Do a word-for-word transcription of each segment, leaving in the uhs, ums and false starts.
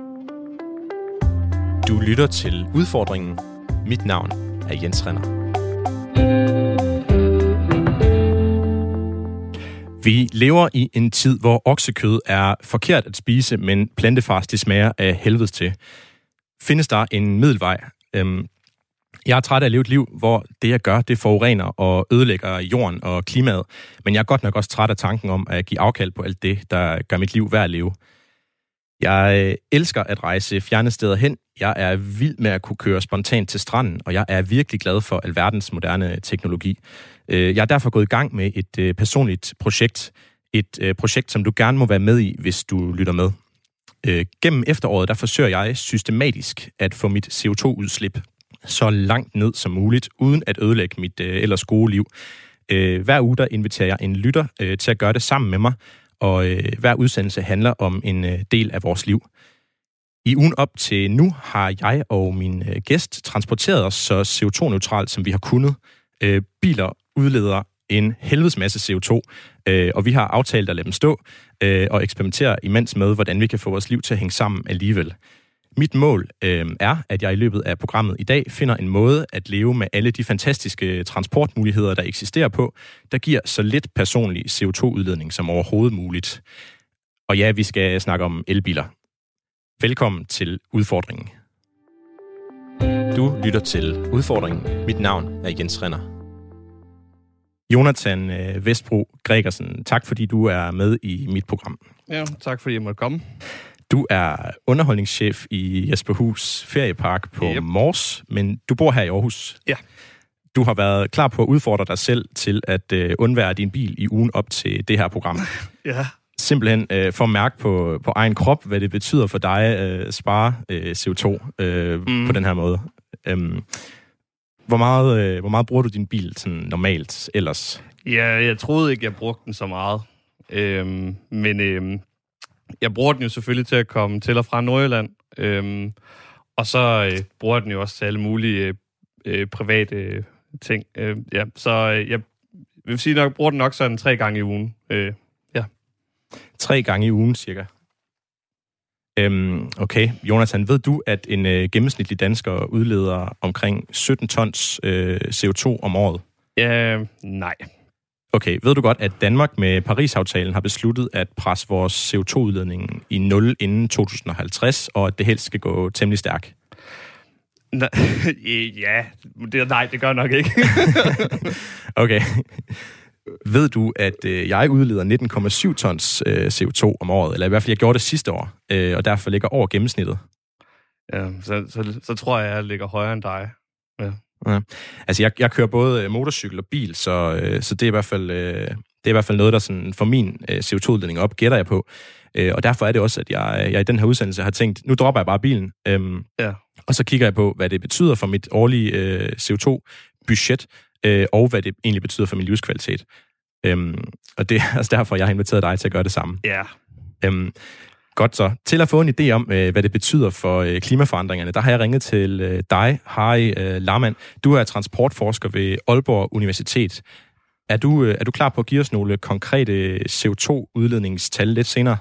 Du lytter til Udfordringen. Mit navn er Jens Renner. Vi lever i en tid, hvor oksekød er forkert at spise, men plantefars det smager af helvedes til. Findes der en middelvej? Øhm, jeg er træt af at leve et liv, hvor det jeg gør, det forurener og ødelægger jorden og klimaet. Men jeg er godt nok også træt af tanken om at give afkald på alt det, der gør mit liv værd at leve. Jeg elsker at rejse fjerne steder hen. Jeg er vild med at kunne køre spontant til stranden, og jeg er virkelig glad for alverdens moderne teknologi. Jeg er derfor gået i gang med et personligt projekt. Et projekt, som du gerne må være med i, hvis du lytter med. Gennem efteråret, der forsøger jeg systematisk at få mit C O to udslip så langt ned som muligt, uden at ødelægge mit ellers gode liv. Hver uge, der inviterer jeg en lytter til at gøre det sammen med mig, og øh, hver udsendelse handler om en øh, del af vores liv. I ugen op til nu har jeg og min øh, gæst transporteret os så C O to neutralt, som vi har kunnet. Øh, biler udleder en helvedes masse C O to, øh, og vi har aftalt at lade dem stå øh, og eksperimentere imens med, hvordan vi kan få vores liv til at hænge sammen alligevel. Mit mål øh, er, at jeg i løbet af programmet i dag finder en måde at leve med alle de fantastiske transportmuligheder, der eksisterer på, der giver så lidt personlig C O to udledning som overhovedet muligt. Og ja, vi skal snakke om elbiler. Velkommen til Udfordringen. Du lytter til Udfordringen. Mit navn er Jens Renner. Jonathan Vestbro Gregersen, tak fordi du er med i mit program. Ja, tak fordi jeg måtte komme. Du er underholdningschef i Jesperhus Feriepark på yep. Mors, men du bor her i Aarhus. Ja. Du har været klar på at udfordre dig selv til at øh, undvære din bil i ugen op til det her program. Ja. Simpelthen øh, for at mærke på, på egen krop, hvad det betyder for dig at øh, spare øh, C O to øh, mm. på den her måde. Øhm, hvor, meget, øh, hvor meget bruger du din bil sådan normalt ellers? Ja, jeg troede ikke, jeg brugte den så meget. Øhm, men... Øhm Jeg bruger den jo selvfølgelig til at komme til og fra Nordjylland, øhm, og så øh, bruger den jo også til alle mulige øh, private øh, ting. Øh, ja, så øh, jeg vil sige nok, bruger den nok sådan tre gange i ugen. Øh, ja. Tre gange i ugen, cirka. Øhm, okay, Jonathan, ved du, at en øh, gennemsnitlig dansker udleder omkring sytten tons øh, C O to om året? Ja, nej. Okay, ved du godt, at Danmark med Paris-aftalen har besluttet at presse vores C O to udledning i nul inden to tusind og halvtreds, og at det helst skal gå temmelig stærkt? Nej, ja, det, nej, det gør nok ikke. Okay. Ved du, at øh, jeg udleder nitten komma syv tons øh, C O to om året, eller i hvert fald jeg gjorde det sidste år, øh, og derfor ligger over gennemsnittet? Ja, så, så, så tror jeg, jeg ligger højere end dig. Ja. Ja. Altså, jeg, jeg kører både motorcykel og bil, så, øh, så det, er i hvert fald, øh, det er i hvert fald noget, der sådan, får min øh, C O to udledning op, gætter jeg på. Øh, og derfor er det også, at jeg, jeg i den her udsendelse har tænkt, nu dropper jeg bare bilen, øhm, ja. og så kigger jeg på, hvad det betyder for mit årlige øh, C O to budget, øh, og hvad det egentlig betyder for min livskvalitet. Øhm, og det er altså derfor, jeg har inviteret dig til at gøre det samme. Ja. Øhm, Godt så. Til at få en idé om, hvad det betyder for klimaforandringerne, der har jeg ringet til dig, Harry Larmand. Du er transportforsker ved Aalborg Universitet. Er du, er du klar på at give os nogle konkrete C O to udledningstal lidt senere?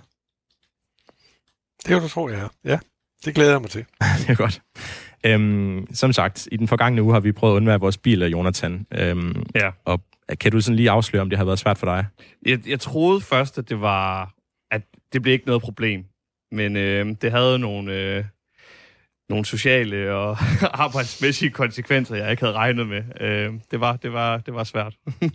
Det kan du tro, jeg er. Ja, det glæder jeg mig til. Det er godt. Øhm, som sagt, i den forgangne uge har vi prøvet at undvære vores biler, Jonathan. Øhm, ja. Og kan du sådan lige afsløre, om det har været svært for dig? Jeg, jeg troede først, at det var... at det blev ikke noget problem. Men øh, det havde nogle, øh, nogle sociale og arbejdsmæssige konsekvenser, jeg ikke havde regnet med. Øh, det, var, det, var, det var svært.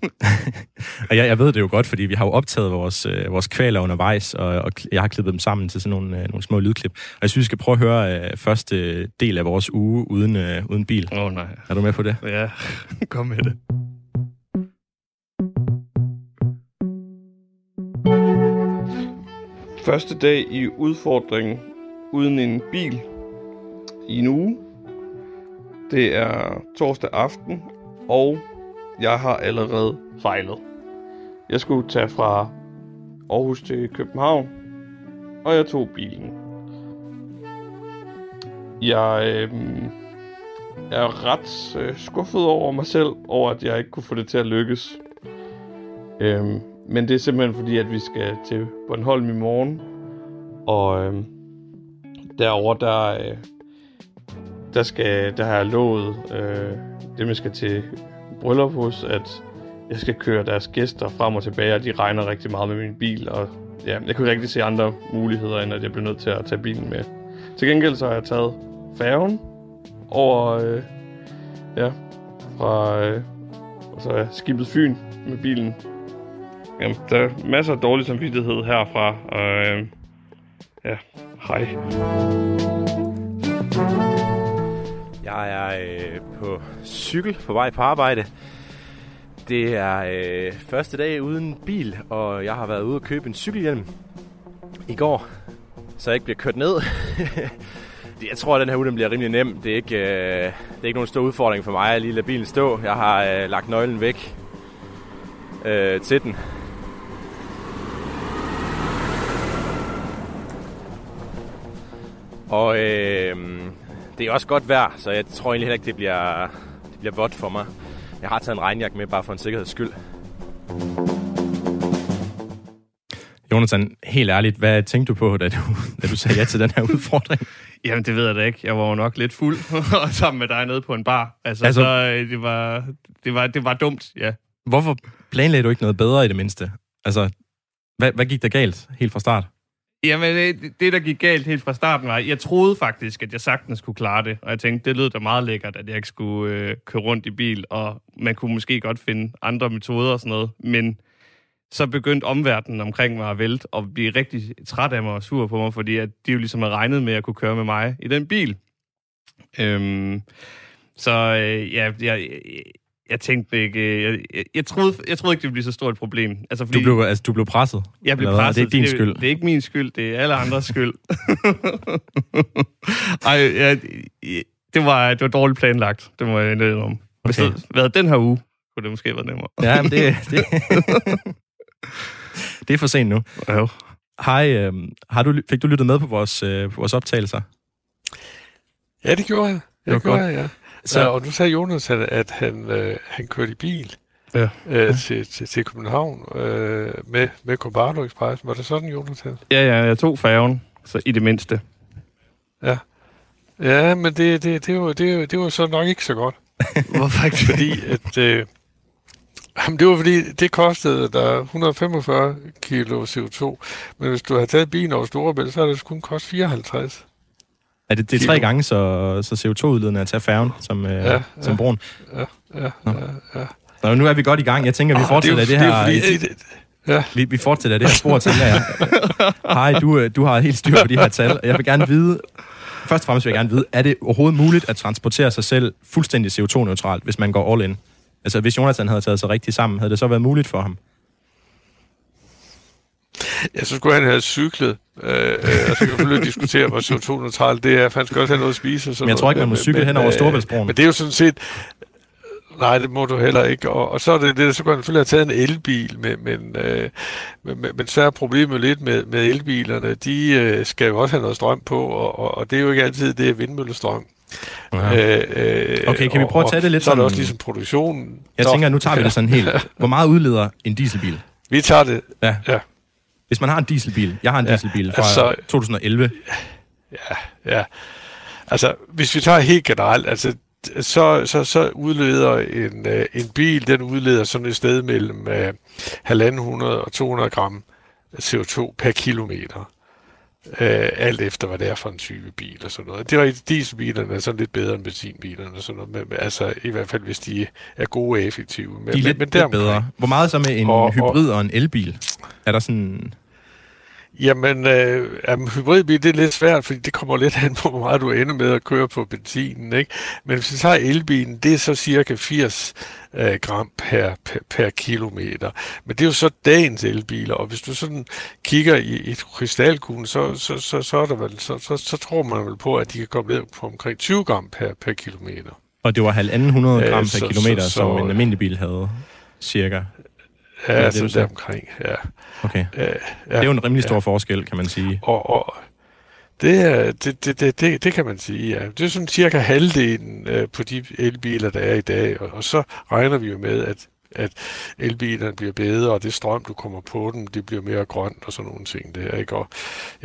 Og jeg, jeg ved det jo godt, fordi vi har jo optaget vores, øh, vores kvaler undervejs, og, og jeg har klippet dem sammen til sådan nogle, øh, nogle små lydklip. Og jeg synes, vi skal prøve at høre øh, første del af vores uge uden, øh, uden bil. Åh oh, nej. Er du med på det? Ja, kom med det. Første dag i udfordringen uden en bil i en uge. Det er torsdag aften, og jeg har allerede fejlet. Jeg skulle tage fra Aarhus til København, og jeg tog bilen. Jeg øh, er ret øh, skuffet over mig selv, over at jeg ikke kunne få det til at lykkes. Øh, men det er simpelthen fordi, at vi skal til Bornholm i morgen, og øh, derovre, der, øh, der, skal, der har jeg lovet øh, dem, jeg skal til bryllup hos, at jeg skal køre deres gæster frem og tilbage, og de regner rigtig meget med min bil, og ja, jeg kunne ikke rigtig se andre muligheder, end at jeg blev nødt til at tage bilen med. Til gengæld så har jeg taget færgen over, øh, ja, fra øh, så er skibet Fyn med bilen. Jamen, der er masser af dårlig samvittighed herfra, og øh, ja, hej. Jeg er øh, på cykel på vej på arbejde. Det er øh, første dag uden bil, og jeg har været ude og købe en cykelhjelm i går, så jeg ikke bliver kørt ned. Jeg tror, at den her uge den bliver rimelig nem. Det er ikke, øh, det er ikke nogen stor udfordring for mig at lige lade bilen stå. Jeg har øh, lagt nøglen væk øh, til den. Og øh, det er også godt vejr, så jeg tror egentlig heller ikke, det bliver, det bliver vådt for mig. Jeg har taget en regnjakke med, bare for en sikkerheds skyld. Jonathan, helt ærligt, hvad tænkte du på, da du, da du sagde ja til den her udfordring? Jamen, det ved jeg da ikke. Jeg var jo nok lidt fuld og sammen med dig nede på en bar. Altså, altså så, det, var, det, var, det var dumt, ja. Hvorfor planlagde du ikke noget bedre i det mindste? Altså, hvad, hvad gik der galt helt fra start? Jamen, det, det, der gik galt helt fra starten var, jeg troede faktisk, at jeg sagtens kunne klare det. Og jeg tænkte, det lød da meget lækkert, at jeg ikke skulle øh, køre rundt i bil. Og man kunne måske godt finde andre metoder og sådan noget. Men så begyndte omverdenen omkring mig at vælte og blive rigtig træt af mig og sur på mig, fordi at de jo ligesom havde regnet med at kunne køre med mig i den bil. Øhm, så øh, ja, jeg, jeg, jeg tænkte ikke... Jeg, jeg, jeg, troede, jeg troede ikke, det ville blive så stort et problem. Altså, fordi du, blev, altså, du blev presset? Jeg blev presset. Det er ikke din det, skyld? Det er ikke min skyld, det er alle andres skyld. Ej, ja, det, var, det var dårligt planlagt, det må jeg indrømme om. Hvis Okay. det havde været den her uge, kunne det måske have været nemmere. Ja, men det... det det er for sent nu. Ja. Hej, øh, har du, fik du lyttet med på vores, øh, på vores optagelser? Ja, det gjorde jeg. Det var Det gjorde godt. jeg, ja. Så- Ja, og nu sagde Jonas, at, at han, øh, han kørte i bil Ja. øh, til, til, til København øh, med, med Combardo Express. Var det sådan, Jonas? Ja, ja, jeg tog færgen, så i det mindste. Ja. Ja, men det, det, det, var, det, det var så nok ikke så godt. Hvorfor ikke? Fordi at... Øh, jamen, det var fordi, det kostede der et hundrede og femogfyrre kilo C O to. Men hvis du havde taget bilen over Storebælt, så havde det kun kostet fireoghalvtreds. Er det, det er tre gange så, så C O to udledende at tage færgen som, øh, Ja, ja, som ja. broen? Ja, ja, Nå. ja, ja. Så nu er vi godt i gang. Jeg tænker, vi Ah, fortsætter det det, er jo- det her... det er jo fordi, det, ja. Vi, vi fortsætter det her spor, tænker jeg. Hej, du, øh, du har helt styr på de her tal. Jeg vil gerne vide... Først og fremmest vil jeg gerne vide, er det overhovedet muligt at transportere sig selv fuldstændig C O to neutralt, hvis man går all in? Altså, hvis Jonathan havde taget sig rigtig sammen, havde det så været muligt for ham? Ja, så skulle han have cyklet, øh, øh, og så kan vi selvfølgelig diskutere, hvor C O to neutralt det er, for han skal også have noget at spise. Og sådan Men jeg tror ikke, man må noget. cykle Men, hen over øh, Storebæltsbroen. Men det er jo sådan set... Nej, det må du heller ikke. Og, og så er det det, så kan han selvfølgelig have taget en elbil, men, men, øh, men, men så er problemet lidt med, med elbilerne. De øh, skal jo også have noget strøm på, og, og, og det er jo ikke altid det er vindmøllestrøm. Ja. Øh, øh, Okay, kan vi prøve at tage det lidt så er det sådan- også ligesom produktionen. Jeg Nå, tænker, nu tager vi det sådan helt. Hvor meget udleder en dieselbil? Vi tager det. Ja. Ja. Hvis man har en dieselbil, jeg har en Ja, dieselbil fra altså- to tusind og elleve. Ja, ja. Altså, hvis vi tager helt generelt, altså, så, så, så udleder en, øh, en bil, den udleder sådan et sted mellem øh, halvanden hundrede og to hundrede gram C O to per kilometer. Øh, alt efter, hvad det er for en type bil og sådan noget. Det er rigtigt, dieselbilerne er sådan lidt bedre end benzinbilerne og sådan noget, men, men, altså i hvert fald, hvis de er gode og effektive. Men, De er lidt, men, men lidt deromkring- bedre. Hvor meget så med en Og- og- hybrid og en elbil? Er der sådan... Jamen, øh, jamen, hybridbil, det er lidt svært, fordi det kommer lidt an på, hvor meget du ender med at køre på benzinen, ikke? Men hvis vi tager elbilen, det er så cirka firs øh, gram per, per, per kilometer. Men det er jo så dagens elbiler, og hvis du sådan kigger i, i krystalkuglen, så, så, så, så, er der vel, så, så, så tror man vel på, at de kan komme ned på omkring tyve gram per, per kilometer. Og det var halvanden hundrede Ja, gram per så- kilometer, så- som så- en almindelig bil havde, cirka. Ja, det, ja du sådan siger. der omkring, ja. Okay. ja. Det er jo en rimelig stor forskel, kan man sige. Og, og det, er, det, det, det, det, det kan man sige, ja. Det er sådan cirka halvdelen øh, på de elbiler, der er i dag, og, og så regner vi jo med, at, at elbilerne bliver bedre, og det strøm, du kommer på dem, det bliver mere grønt og sådan nogle ting der, ikke? Og, ja. Ja.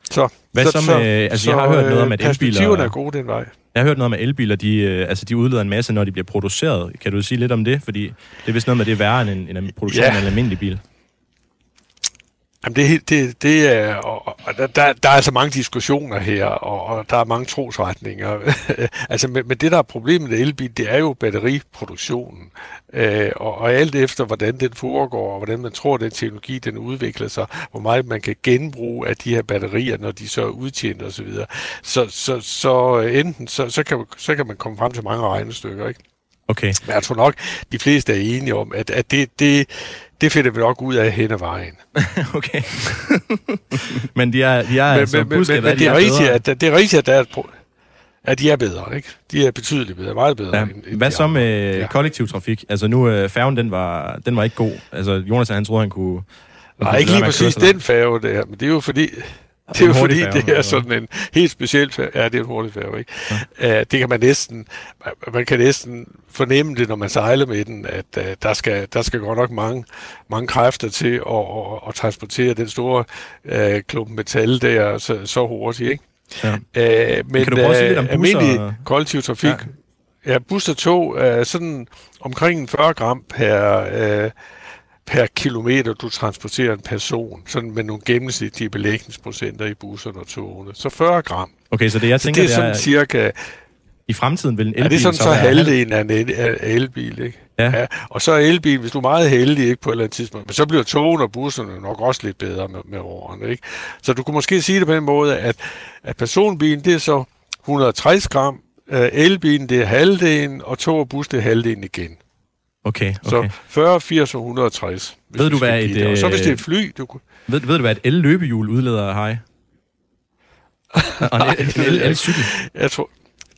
Så, Hvad så, så med, altså så, jeg har hørt noget om, at elbiler er gode den vej. Jeg har hørt noget om, at elbiler, de, øh, altså, de udleder en masse, når de bliver produceret. Kan du sige lidt om det? Fordi det er vist noget med, det er værre end en, en produktion ja. af en almindelig bil. Jamen det, det, det er, og, og der, der er altså mange diskussioner her, og, og der er mange trosretninger. altså, men, men det, der er problemet med elbil, det er jo batteriproduktionen. Øh, og, og alt efter, hvordan den foregår, og hvordan man tror, at den teknologi, den udvikler sig, hvor meget man kan genbruge af de her batterier, når de så er udtjent osv. Så, så, så, så enten, så, så, kan, så kan man komme frem til mange regnestykker, ikke? Okay. Men jeg tror nok, de fleste er enige om, at, at det, det, det finder vi nok ud af hen ad vejen. Okay. men de er, de er men, altså men, men, men, men det er rigtigt, at, det er rigtigt, at der er et pro- at de er bedre, ikke? De er betydeligt bedre, meget bedre. Ja. End, end Hvad så med ja. kollektiv trafik? Altså nu, færgen, den var, den var ikke god. Altså Jonas, han troede, han kunne... Han Nej, kunne ikke lige præcis den færge der, men det er jo fordi... Det er jo fordi, færge, det er sådan en helt speciel færge. Ja, det er en hurtig færge, ikke? Ja. Uh, det kan man næsten, man kan næsten fornemme det, når man sejler med den, at uh, der, skal, der skal godt nok mange, mange kræfter til at, at, at transportere den store uh, klump metal der så, så hurtigt, ikke? Ja. Uh, men kan du prøve at sige lidt om busser? Almindelig kollektiv trafik, ja, ja bus og tog er sådan omkring fyrre gram per... Uh, per kilometer, du transporterer en person, sådan med nogle gennemsnitlige belægningsprocenter i busserne og togene. Så fyrre gram. Okay, så det jeg tænker, så det er sådan det er, cirka... I fremtiden vil en elbil... Ja, det er sådan så, så halvdelen af en el- af elbil, ikke? Ja. Ja. Og så er elbil, hvis du er meget heldig, ikke på et eller andet tidspunkt, men så bliver togene og busserne nok også lidt bedre med, med årene, ikke? Så du kunne måske sige det på den måde, at, at personbilen, det er så et hundrede og tres gram, elbilen, det er halvdelen, og tog og bus, det er halvdelen igen. Okay, okay. Så fyrre, firs og et hundrede og tres. Ved du, hvad et... Og så hvis det er et fly, du kunne... Ved, ved du, hvad et el-løbehjul udleder, Hej? Og en el-cykel? Jeg tror...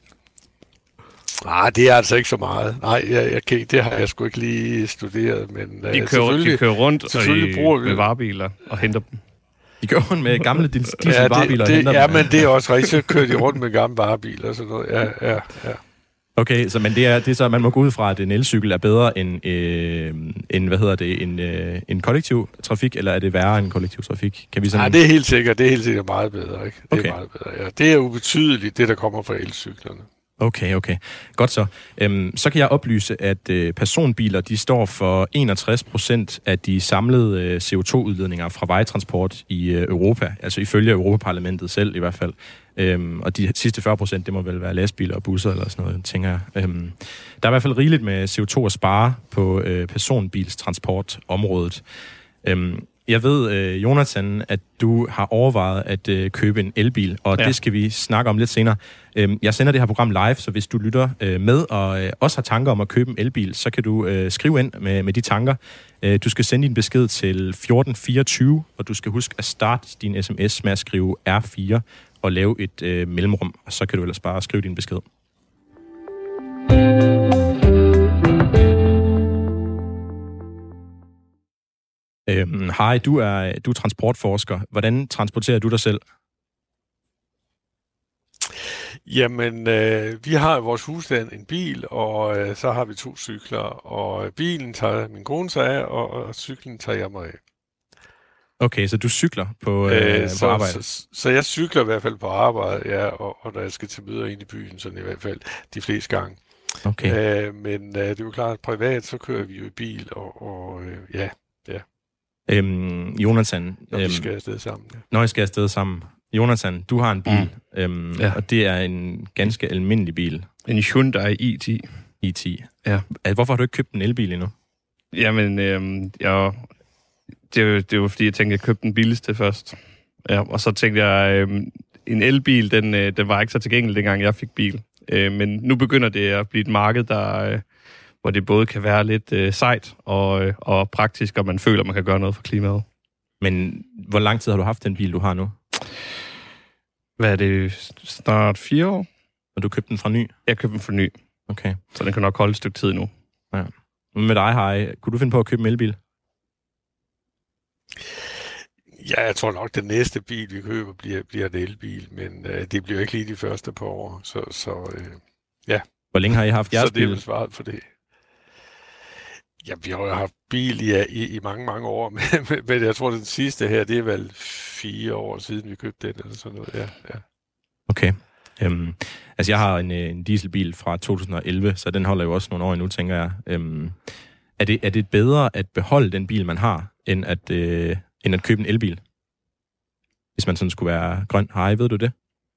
Nej, det er altså ikke så meget. Nej, jeg, jeg kan, det har jeg sgu ikke lige studeret, men... De kører, de kører rundt og i, bruger med varebiler og henter dem. De kører rundt med gamle diesel ja, varebiler det, og henter ja, dem. Ja, men det er også rigtigt. Så kører de rundt med gamle varebiler og sådan noget. Ja, ja, ja. Okay, så men det er, det er så, man må gå ud fra, at en elcykel er bedre end, øh, end hvad hedder det, en, øh, en kollektiv trafik, eller er det værre end kollektiv trafik? Kan vi sådan... Nej, det er helt sikkert. Det er helt sikkert meget bedre, ikke? Det okay. er meget bedre, ja. Det er ubetydeligt, det der kommer fra elcyklerne. Okay, okay. Godt så. Øhm, så kan jeg oplyse, at øh, personbiler, de står for enogtres procent af de samlede øh, C O to udledninger fra vejtransport i øh, Europa, altså ifølge Europaparlamentet selv i hvert fald. Øhm, og de sidste fyrre procent, det må vel være lastbiler og busser eller sådan noget, tænker jeg. Øhm, der er i hvert fald rigeligt med C O to at spare på øh, personbilstransportområdet. Øhm, Jeg ved, øh, Jonathan, at du har overvejet at øh, købe en elbil, og ja. det skal vi snakke om lidt senere. Øhm, jeg sender det her program live, så hvis du lytter øh, med og øh, også har tanker om at købe en elbil, så kan du øh, skrive ind med, med de tanker. Øh, du skal sende din besked til fjorten fireogtyve, og du skal huske at starte din sms med at skrive R fire og lave et øh, mellemrum, og så kan du ellers bare skrive din besked. Øhm, hej, du er, du er transportforsker. Hvordan transporterer du dig selv? Jamen, øh, vi har i vores husstand en bil, og øh, så har vi to cykler, og bilen tager min kone sig af, og, og cyklen tager jeg mig af. Okay, så du cykler på, øh, øh, så, på arbejde? Så, så jeg cykler i hvert fald på arbejde, ja, og, og når jeg skal til møder ind i byen, sådan i hvert fald de fleste gange. Okay. Øh, men øh, det er jo klart, at privat, så kører vi jo i bil, og, og øh, ja, ja. Øhm, Jonathan... Når vi øhm, skal afsted sammen. Ja. Når I skal afsted sammen. Jonathan, du har en bil, mm. øhm, ja. og det er en ganske almindelig bil. En Hyundai i ti. i ti. Ja. Hvorfor har du ikke købt en elbil endnu? Jamen, øhm, jeg, det, er jo, det er jo fordi, jeg tænkte, at jeg købte den billigste først. Ja, og så tænkte jeg, øhm, en elbil, den, øh, den var ikke så tilgængelig, dengang jeg fik bil. Øh, men nu begynder det at blive et marked, der... Øh, hvor det både kan være lidt øh, sejt og, øh, og praktisk, og man føler, at man kan gøre noget for klimaet. Men hvor lang tid har du haft den bil, du har nu? Hvad er det? Snart fire år? Og du købte den fra ny? Jeg købte den fra ny. Okay. Så den kan nok holde et stykke tid nu. Ja. Med dig, Harry, kunne du finde på at købe en elbil? Ja, jeg tror nok, den næste bil, vi køber, bliver, bliver en elbil, men øh, det bliver ikke lige de første par år, så, så øh, ja. Hvor længe har I haft jeres bil? Så det er bil? jo svaret for det. Ja, vi har jo haft bil i, i, i mange, mange år, men, men jeg tror, den sidste her, det er vel fire år siden, vi købte den, eller sådan noget. Ja, ja. Okay. Øhm, altså, jeg har en, en dieselbil fra to tusind og elleve, så den holder jo også nogle år endnu, tænker jeg. Øhm, er, det, er det bedre at beholde den bil, man har, end at, øh, end at købe en elbil? Hvis man sådan skulle være grøn. Hej, ved du det?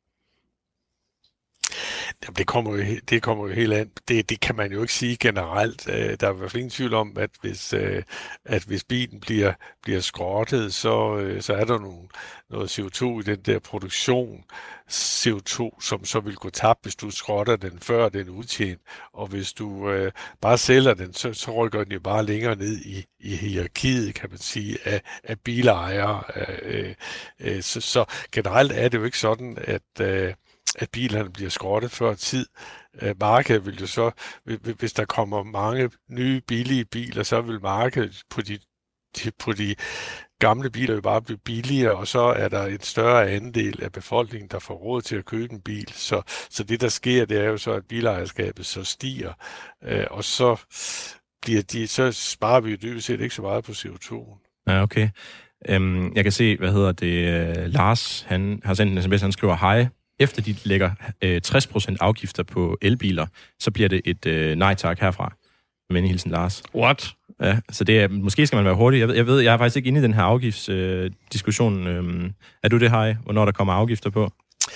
Jamen, det kommer jo, det kommer jo helt an. Det, det kan man jo ikke sige generelt. Der er i hvert fald ingen tvivl om, at hvis, at hvis bilen bliver, bliver skrottet, så, så er der nogle, noget C O to i den der produktion. C O to, som så vil gå tabt, hvis du skrotter den, før den er udtjent. Og hvis du øh, bare sælger den, så, så rykker den jo bare længere ned i, i hierarkiet, kan man sige, af, af bilejere. Øh, øh, så, så generelt er det jo ikke sådan, at øh, at bilerne bliver skrottet før tid. Øh, markedet vil jo så, hvis der kommer mange nye billige biler, så vil markedet på de, de, på de gamle biler jo bare blive billigere, og så er der en større andel af befolkningen, der får råd til at købe en bil. Så, så det, der sker, det er jo så, at bilejerskabet så stiger, øh, og så, bliver de, så sparer vi jo dybest set ikke så meget på C O to. Ja, okay. Øhm, jeg kan se, hvad hedder det, Lars, han har sendt en sms, han skriver, hej, efter de lægger øh, tres procent afgifter på elbiler, så bliver det et øh, nej tak herfra. Men hilsen Lars. What? Ja, så det er, måske skal man være hurtig. Jeg ved, jeg, ved, jeg er faktisk ikke inde i den her afgiftsdiskussion. Øh, øhm, er du det, Hej, hvornår der kommer afgifter på?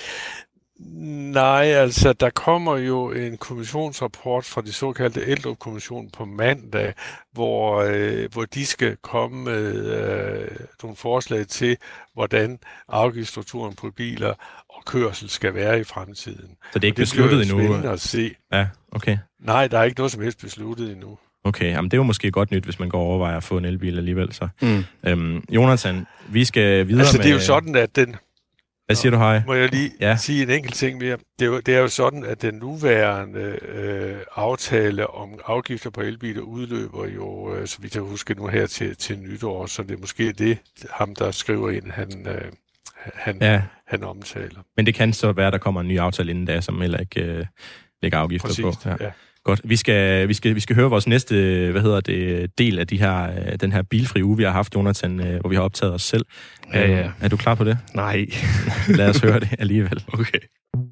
Nej, altså, der kommer jo en kommissionsrapport fra de såkaldte Eldrup-kommission på mandag, hvor, øh, hvor de skal komme med øh, nogle forslag til, hvordan afgiftsstrukturen på biler og kørsel skal være i fremtiden. Så det er ikke det besluttet endnu? Det er spændende at se. Ja, okay. Nej, der er ikke noget som helst besluttet endnu. Okay, jamen det er jo måske godt nyt, hvis man går og overvejer at få en elbil alligevel. Så. Mm. Øhm, Jonathan, vi skal videre altså, med... det er jo sådan, at den... Hvad siger du, Hej? Må jeg lige ja. sige en enkelt ting mere? Det er jo, det er jo sådan, at den nuværende øh, aftale om afgifter på elbiler udløber jo, øh, så vidt jeg husker nu her til, til nytår, så det er måske det, ham der skriver ind, han, øh, han, ja. han omtaler. Men det kan så være, at der kommer en ny aftale inden da, som heller ikke øh, lægger afgifter Præcis, på. Ja. Ja. Godt. Vi skal, vi, skal, vi skal høre vores næste, hvad hedder det, del af de her, den her bilfri uge, vi har haft, Jonathan, hvor vi har optaget os selv. Ja, ja. Er du klar på det? Nej. Lad os høre det alligevel. Okay.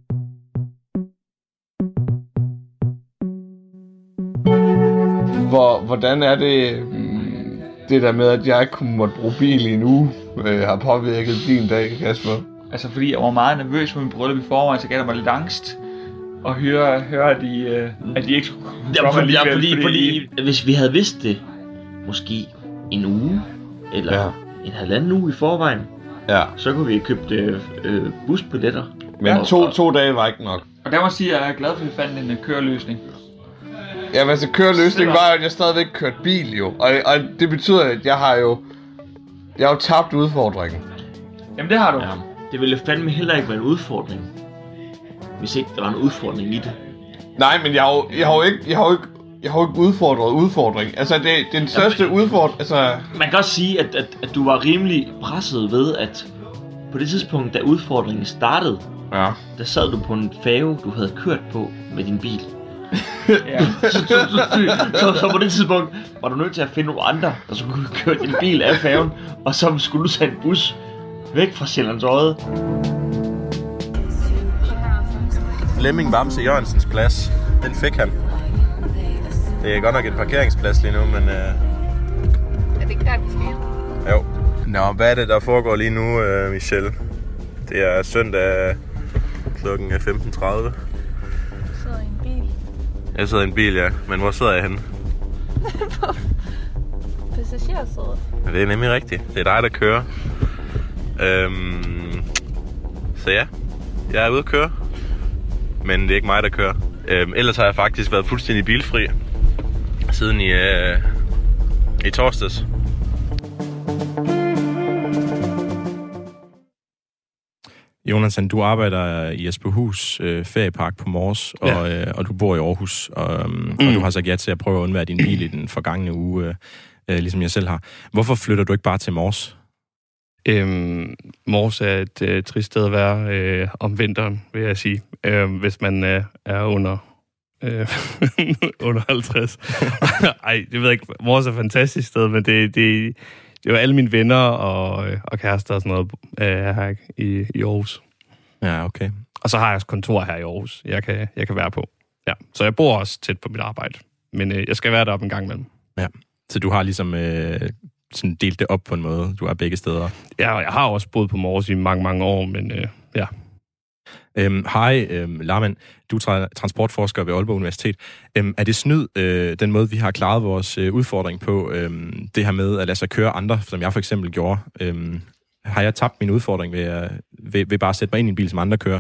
Hvor, hvordan er det, det der med, at jeg ikke kunne måtte bruge bil i en uge, øh, har påvirket din dag, Kasper? Altså, fordi jeg var meget nervøs for min bryllup i forvejen, så gav der mig lidt angst. Og høre, høre at, de, øh, at de ikke skulle ja, fordi, ja, fordi, fordi, fordi hvis vi havde vidst det, måske en uge, eller ja. en halvanden uge i forvejen, ja. så kunne vi have købt øh, øh, busbilletter. Men ja. to, to dage var ikke nok. Og der må sige, at jeg er glad for, at vi fandt en uh, køreløsning. Ja, men altså køreløsningen var jo, at jeg stadigvæk kørte bil jo. Og, og det betyder, at jeg har jo, jeg har jo tabt udfordringen. Jamen det har du. Ja, det ville fandme heller ikke være en udfordring, hvis ikke der var en udfordring i det. Nej, men jeg har jo, jeg har jo ikke, jeg har jo ikke, jeg har jo ikke udfordret udfordring. Altså, det, det er den største ja, udfordring, altså... Man kan også sige, at, at, at du var rimelig presset ved, at på det tidspunkt, da udfordringen startede, ja. der sad du på en færge, du havde kørt på med din bil. Ja. så, så, så, så, så på det tidspunkt var du nødt til at finde nogle andre, der skulle køre din bil af færgen, og så skulle du tage en bus væk fra Sjællands Odde. Flemming Bamse Jørgensens plads, den fik han. Det er godt nok en parkeringsplads lige nu, men... Øh... Er det ikke der, vi skal? Jo. Nå, hvad er det, der foregår lige nu, øh, Michelle? Det er søndag klokken femten tredive. Jeg sidder i en bil. Jeg sidder i en bil, ja. Men hvor sidder jeg henne? På passagersædet. Ja, det er nemlig rigtigt. Det er dig, der kører. Øhm... Så ja, jeg er ude at køre. Men det er ikke mig, der kører. Øhm, ellers har jeg faktisk været fuldstændig bilfri siden i, øh, i torsdags. Jonathan, du arbejder i Jesperhus øh, feriepark på Mors, og, ja. øh, og du bor i Aarhus, og, øhm, mm. og du har sagt ja til at prøve at undvære din bil i den forgangne uge, øh, øh, ligesom jeg selv har. Hvorfor flytter du ikke bare til Mors? Øhm, Mors er et øh, trist sted at være øh, om vinteren, vil jeg sige. Øh, hvis man øh, er under Øh, under halvtreds. Ej, det ved jeg ikke. Mors er et fantastisk sted, men det, det, det er jo alle mine venner og, og kærester og sådan noget øh, her i, i Aarhus. Ja, okay. Og så har jeg også kontor her i Aarhus, jeg kan, jeg kan være på. Ja. Så jeg bor også tæt på mit arbejde. Men øh, jeg skal være deroppe en gang imellem. Ja, så du har ligesom øh, sådan delt det op på en måde. Du er begge steder. Ja, og jeg har også boet på Mors i mange, mange år, men øh, ja. Øhm, hej, øhm, Larman. Du er tra- transportforsker ved Aalborg Universitet. Øhm, er det snyd, øh, den måde, vi har klaret vores øh, udfordring på, øhm, det her med at lade sig køre andre, som jeg for eksempel gjorde? Øhm, har jeg tabt min udfordring ved, at, ved, ved bare at sætte mig ind i en bil, som andre kører?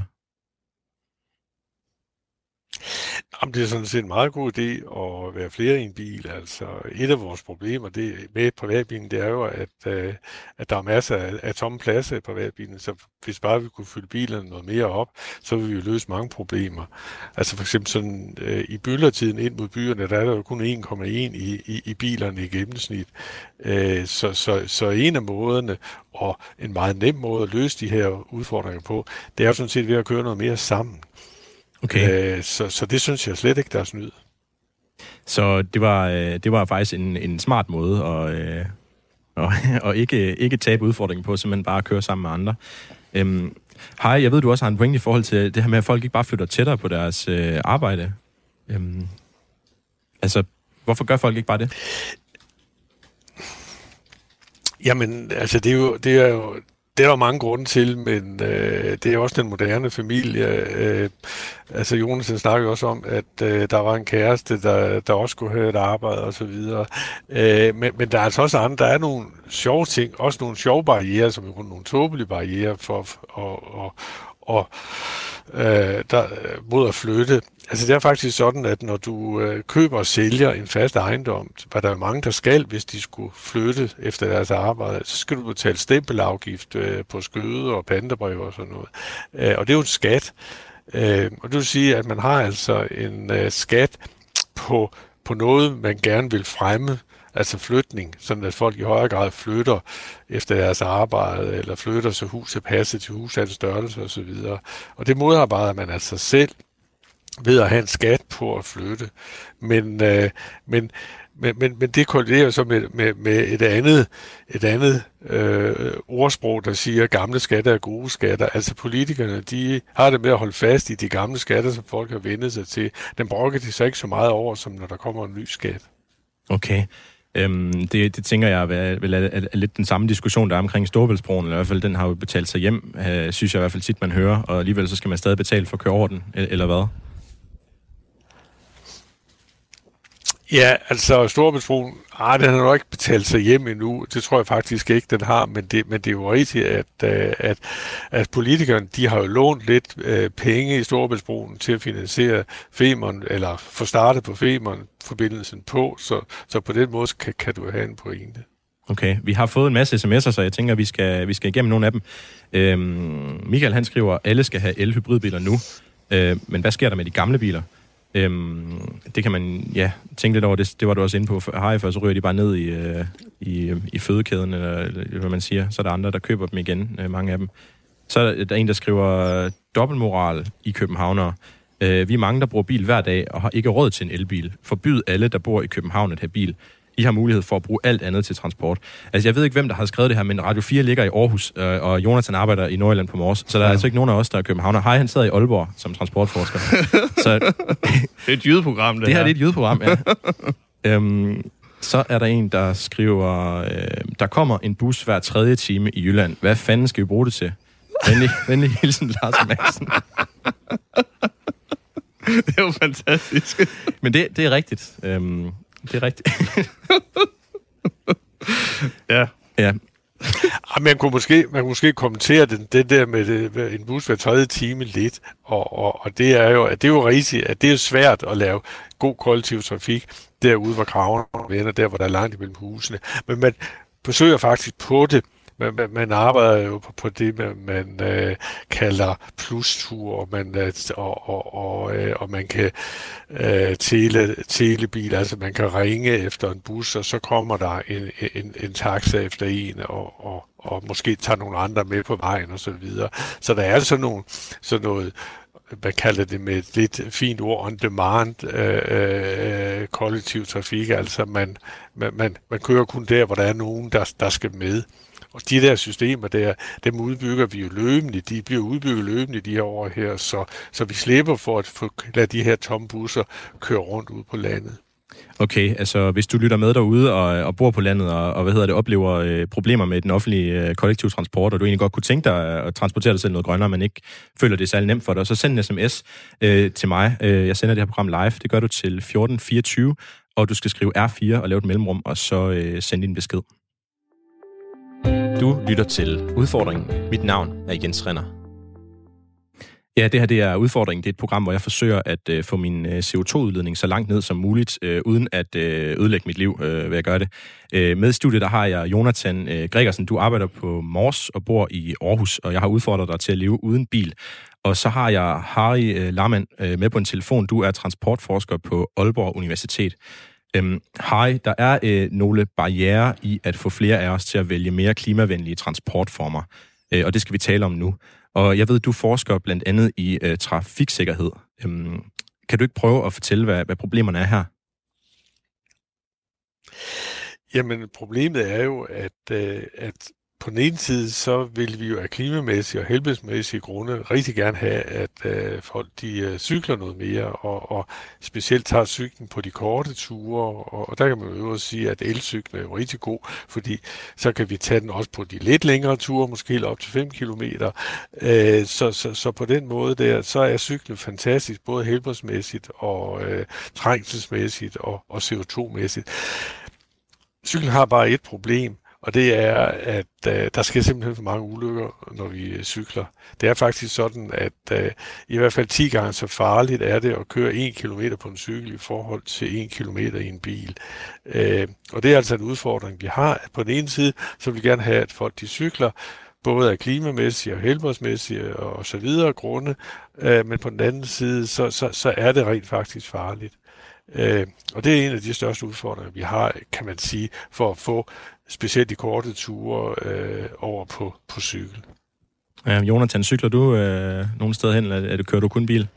Jamen, det er sådan set en meget god idé at være flere i en bil. Altså, et af vores problemer det, med privatbilen, det er jo, at, øh, at der er masser af, af tomme pladser i privatbilen. Så hvis bare vi kunne fylde bilerne noget mere op, så ville vi jo løse mange problemer. Altså for eksempel sådan, øh, i bøllertiden ind mod byerne, der er der jo kun en komma en i, i, i bilerne i gennemsnit. Øh, så, så, så en af måderne, og en meget nem måde at løse de her udfordringer på, det er jo sådan set ved at køre noget mere sammen. Okay. Øh, så, så det synes jeg slet ikke, der er snyd. Så det var, øh, det var faktisk en, en smart måde at, øh, og, og ikke, ikke tabe udfordringen på, simpelthen bare at køre sammen med andre. Øhm, hej, jeg ved, du også har en pointe i forhold til det her med, at folk ikke bare flytter tættere på deres øh, arbejde. Øhm, altså, hvorfor gør folk ikke bare det? Jamen, altså det er jo, det er jo Det er der mange grunde til, men øh, det er også den moderne familie. Øh, altså Jonas snakkede også om, at øh, der var en kæreste, der, der også skulle have et arbejde og så videre. Øh, men, men der er altså også andre, der er nogle sjove ting, også nogle sjove barrierer, som er nogle tåbelige barrierer for og, og, og øh, der, mod at flytte. Altså det er faktisk sådan, at når du øh, køber og sælger en fast ejendom, hvad der er mange, der skal, hvis de skulle flytte efter deres arbejde, så skal du betale stempelafgift øh, på skøde og pantebreve og sådan noget. Øh, og det er jo en skat. Øh, og det vil sige, at man har altså en øh, skat på, på noget, man gerne vil fremme, altså flytning, sådan at folk i højere grad flytter efter deres arbejde, eller flytter, så huset passer til husets størrelse og så videre. Og det modarbejder man altså selv ved at have en skat på at flytte. Men, øh, men, men, men, men det kolliderer så med, med, med et andet, et andet øh, ordsprog, der siger, at gamle skatter er gode skatter. Altså politikerne, de har det med at holde fast i de gamle skatter, som folk har vendt sig til. Den brokker de så ikke så meget over, som når der kommer en ny skat. Okay. Øhm, det, det tænker jeg vel er, er, er lidt den samme diskussion, der er omkring Storebæltsbroen, eller i hvert fald den har jo betalt sig hjem, øh, synes jeg i hvert fald tit, man hører, og alligevel så skal man stadig betale for at køre over den, eller hvad? Ja, altså Storebæltsbroen, ah, den har nok ikke betalt sig hjem endnu. Det tror jeg faktisk ikke, den har, men det, men det er jo rigtigt, at, at, at politikerne, de har jo lånt lidt øh, penge i Storebæltsbroen til at finansiere Femern, eller få startet på Femern-forbindelsen på, så, så på den måde kan, kan du have en pointe. Okay, vi har fået en masse sms'er, så jeg tænker, at vi skal, vi skal igennem nogle af dem. Øhm, Michael, han skriver, at alle skal have el-hybridbiler nu, øh, men hvad sker der med de gamle biler? Øhm, det kan man, ja, tænke lidt over, det, det var du også inde på her, for så ryger de bare ned i, øh, i, i fødekæden, eller, eller hvad man siger. Så er der andre, der køber dem igen, øh, mange af dem. Så er der en, der skriver, dobbeltmoral i københavnere. Øh, vi er mange, der bruger bil hver dag, og har ikke råd til en elbil. Forbyd alle, der bor i København, at have bil. I har mulighed for at bruge alt andet til transport. Altså, jeg ved ikke, hvem der har skrevet det her, men Radio fire ligger i Aarhus, øh, og Jonathan arbejder i Nordjylland på Mors, så der er ja. altså ikke nogen af os, der er københavner. Hej, han sidder i Aalborg som transportforsker. Så, det er et jydeprogram, det, det her. Det her er et jydeprogram, ja. øhm, så er der en, der skriver, øh, der kommer en bus hver tredje time i Jylland. Hvad fanden skal vi bruge det til? Venlig, venlig hilsen, Lars Madsen. Det er jo fantastisk. Men det, det er rigtigt. Øhm, det er rigtigt. ja. Ja. Man kunne måske, man kunne måske kommentere den, det der med det, en bus hver tredje time lidt, og, og, og det er jo, at det er jo rigtigt, at det er svært at lave god kollektiv trafik derude, hvor kravene vender, der hvor der er langt imellem husene. Men man forsøger faktisk på det. Man, man, man arbejder jo på, på det, man, man øh, kalder plustur, og man, øh, og, og, og, øh, og man kan øh, tele, telebil, altså man kan ringe efter en bus, og så kommer der en, en, en taxa efter en, og, og, og måske tager nogle andre med på vejen og så videre. Så der er sådan, nogle, sådan noget man kalder det med et lidt fint ord, on demand øh, øh, kollektiv trafik. Altså man, man, man, man kører kun der, hvor der er nogen, der, der skal med. Og de der systemer der, dem udbygger vi jo løbende. De bliver udbygget løbende de her år her, så, så vi slipper for at få, lade de her tomme busser køre rundt ud på landet. Okay, altså hvis du lytter med derude og, og bor på landet og, og hvad hedder det, oplever øh, problemer med den offentlige øh, kollektive transport, og du egentlig godt kunne tænke dig at transportere dig selv noget grønnere, men ikke føler det er særlig nemt for dig, så send en sms øh, til mig. Øh, jeg sender det her program live. Det gør du til fjorten fireogtyve, og du skal skrive R fire og lave et mellemrum, og så øh, send din besked. Du lytter til Udfordringen. Mit navn er Jens Renner. Ja, det her det er Udfordringen. Det er et program, hvor jeg forsøger at øh, få min øh, C O to udledning så langt ned som muligt, øh, uden at øh, ødelægge mit liv, øh, ved jeg gøre det. Øh, med i studiet, der har jeg Jonathan øh, Gregersen. Du arbejder på Mors og bor i Aarhus, og jeg har udfordret dig til at leve uden bil. Og så har jeg Harry øh, Larmann øh, med på en telefon. Du er transportforsker på Aalborg Universitet. Øhm, Harry, der er øh, nogle barrierer i at få flere af os til at vælge mere klimavenlige transportformer, øh, og det skal vi tale om nu. Og jeg ved, du forsker blandt andet i øh, trafiksikkerhed. Øhm, kan du ikke prøve at fortælle, hvad, hvad problemerne er her? Jamen, problemet er jo, at, øh, at på den ene side, så vil vi jo af klimamæssige og helbredsmæssige grunde rigtig gerne have, at øh, folk de øh, cykler noget mere, og, og specielt tager cyklen på de korte ture, og, og der kan man jo også sige, at elcyklen er jo rigtig god, fordi så kan vi tage den også på de lidt længere ture, måske helt op til fem kilometer. Øh, så, så, så på den måde der, så er cyklen fantastisk, både helbredsmæssigt og øh, trængselsmæssigt og, og C O to-mæssigt. Cyklen har bare et problem, og det er, at øh, der sker simpelthen for mange ulykker, når vi øh, cykler. Det er faktisk sådan, at øh, i hvert fald ti gange så farligt er det at køre en kilometer på en cykel i forhold til en kilometer i en bil. Øh, og det er altså en udfordring, vi har. På den ene side, så vil vi gerne have, at folk de cykler, både af klimamæssige og helbredsmæssige og så videre grunde, øh, men på den anden side, så, så, så er det rent faktisk farligt. Øh, og det er en af de største udfordringer, vi har, kan man sige, for at få specielt de korte ture øh, over på, på cykel. Ja, Jonathan, cykler du øh, nogle steder hen, eller er det, kører du kun bil?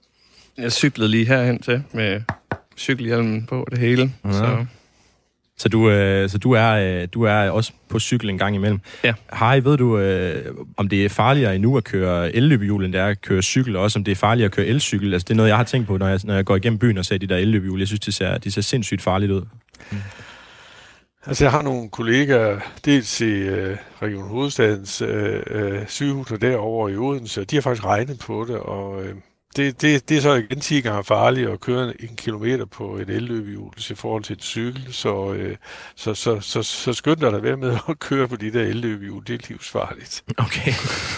Jeg cyklede lige herhen til med cykelhjelmen på det hele. Ja. Så, så, du, øh, så du, er, øh, du er også på cykel en gang imellem. Ja. Harry, ved du, øh, om det er farligere endnu at køre elløbehjul, end det er at køre cykel, og også om det er farligere at køre elcykel? Altså, det er noget, jeg har tænkt på, når jeg, når jeg går igennem byen og ser de der elløbehjul. Jeg synes, de ser, de ser sindssygt farligt ud. Mm. Altså, jeg har nogle kollegaer, dels i øh, Region Hovedstadens øh, øh, sygehus og derovre i Odense, de har faktisk regnet på det, og øh, det, det, det er så igen ti gange farligt at køre en kilometer på et elløbehjul i forhold til et cykel, så, øh, så, så, så, så skynd dig da være med at køre på de der elløbehjul, det er livsfarligt. Okay.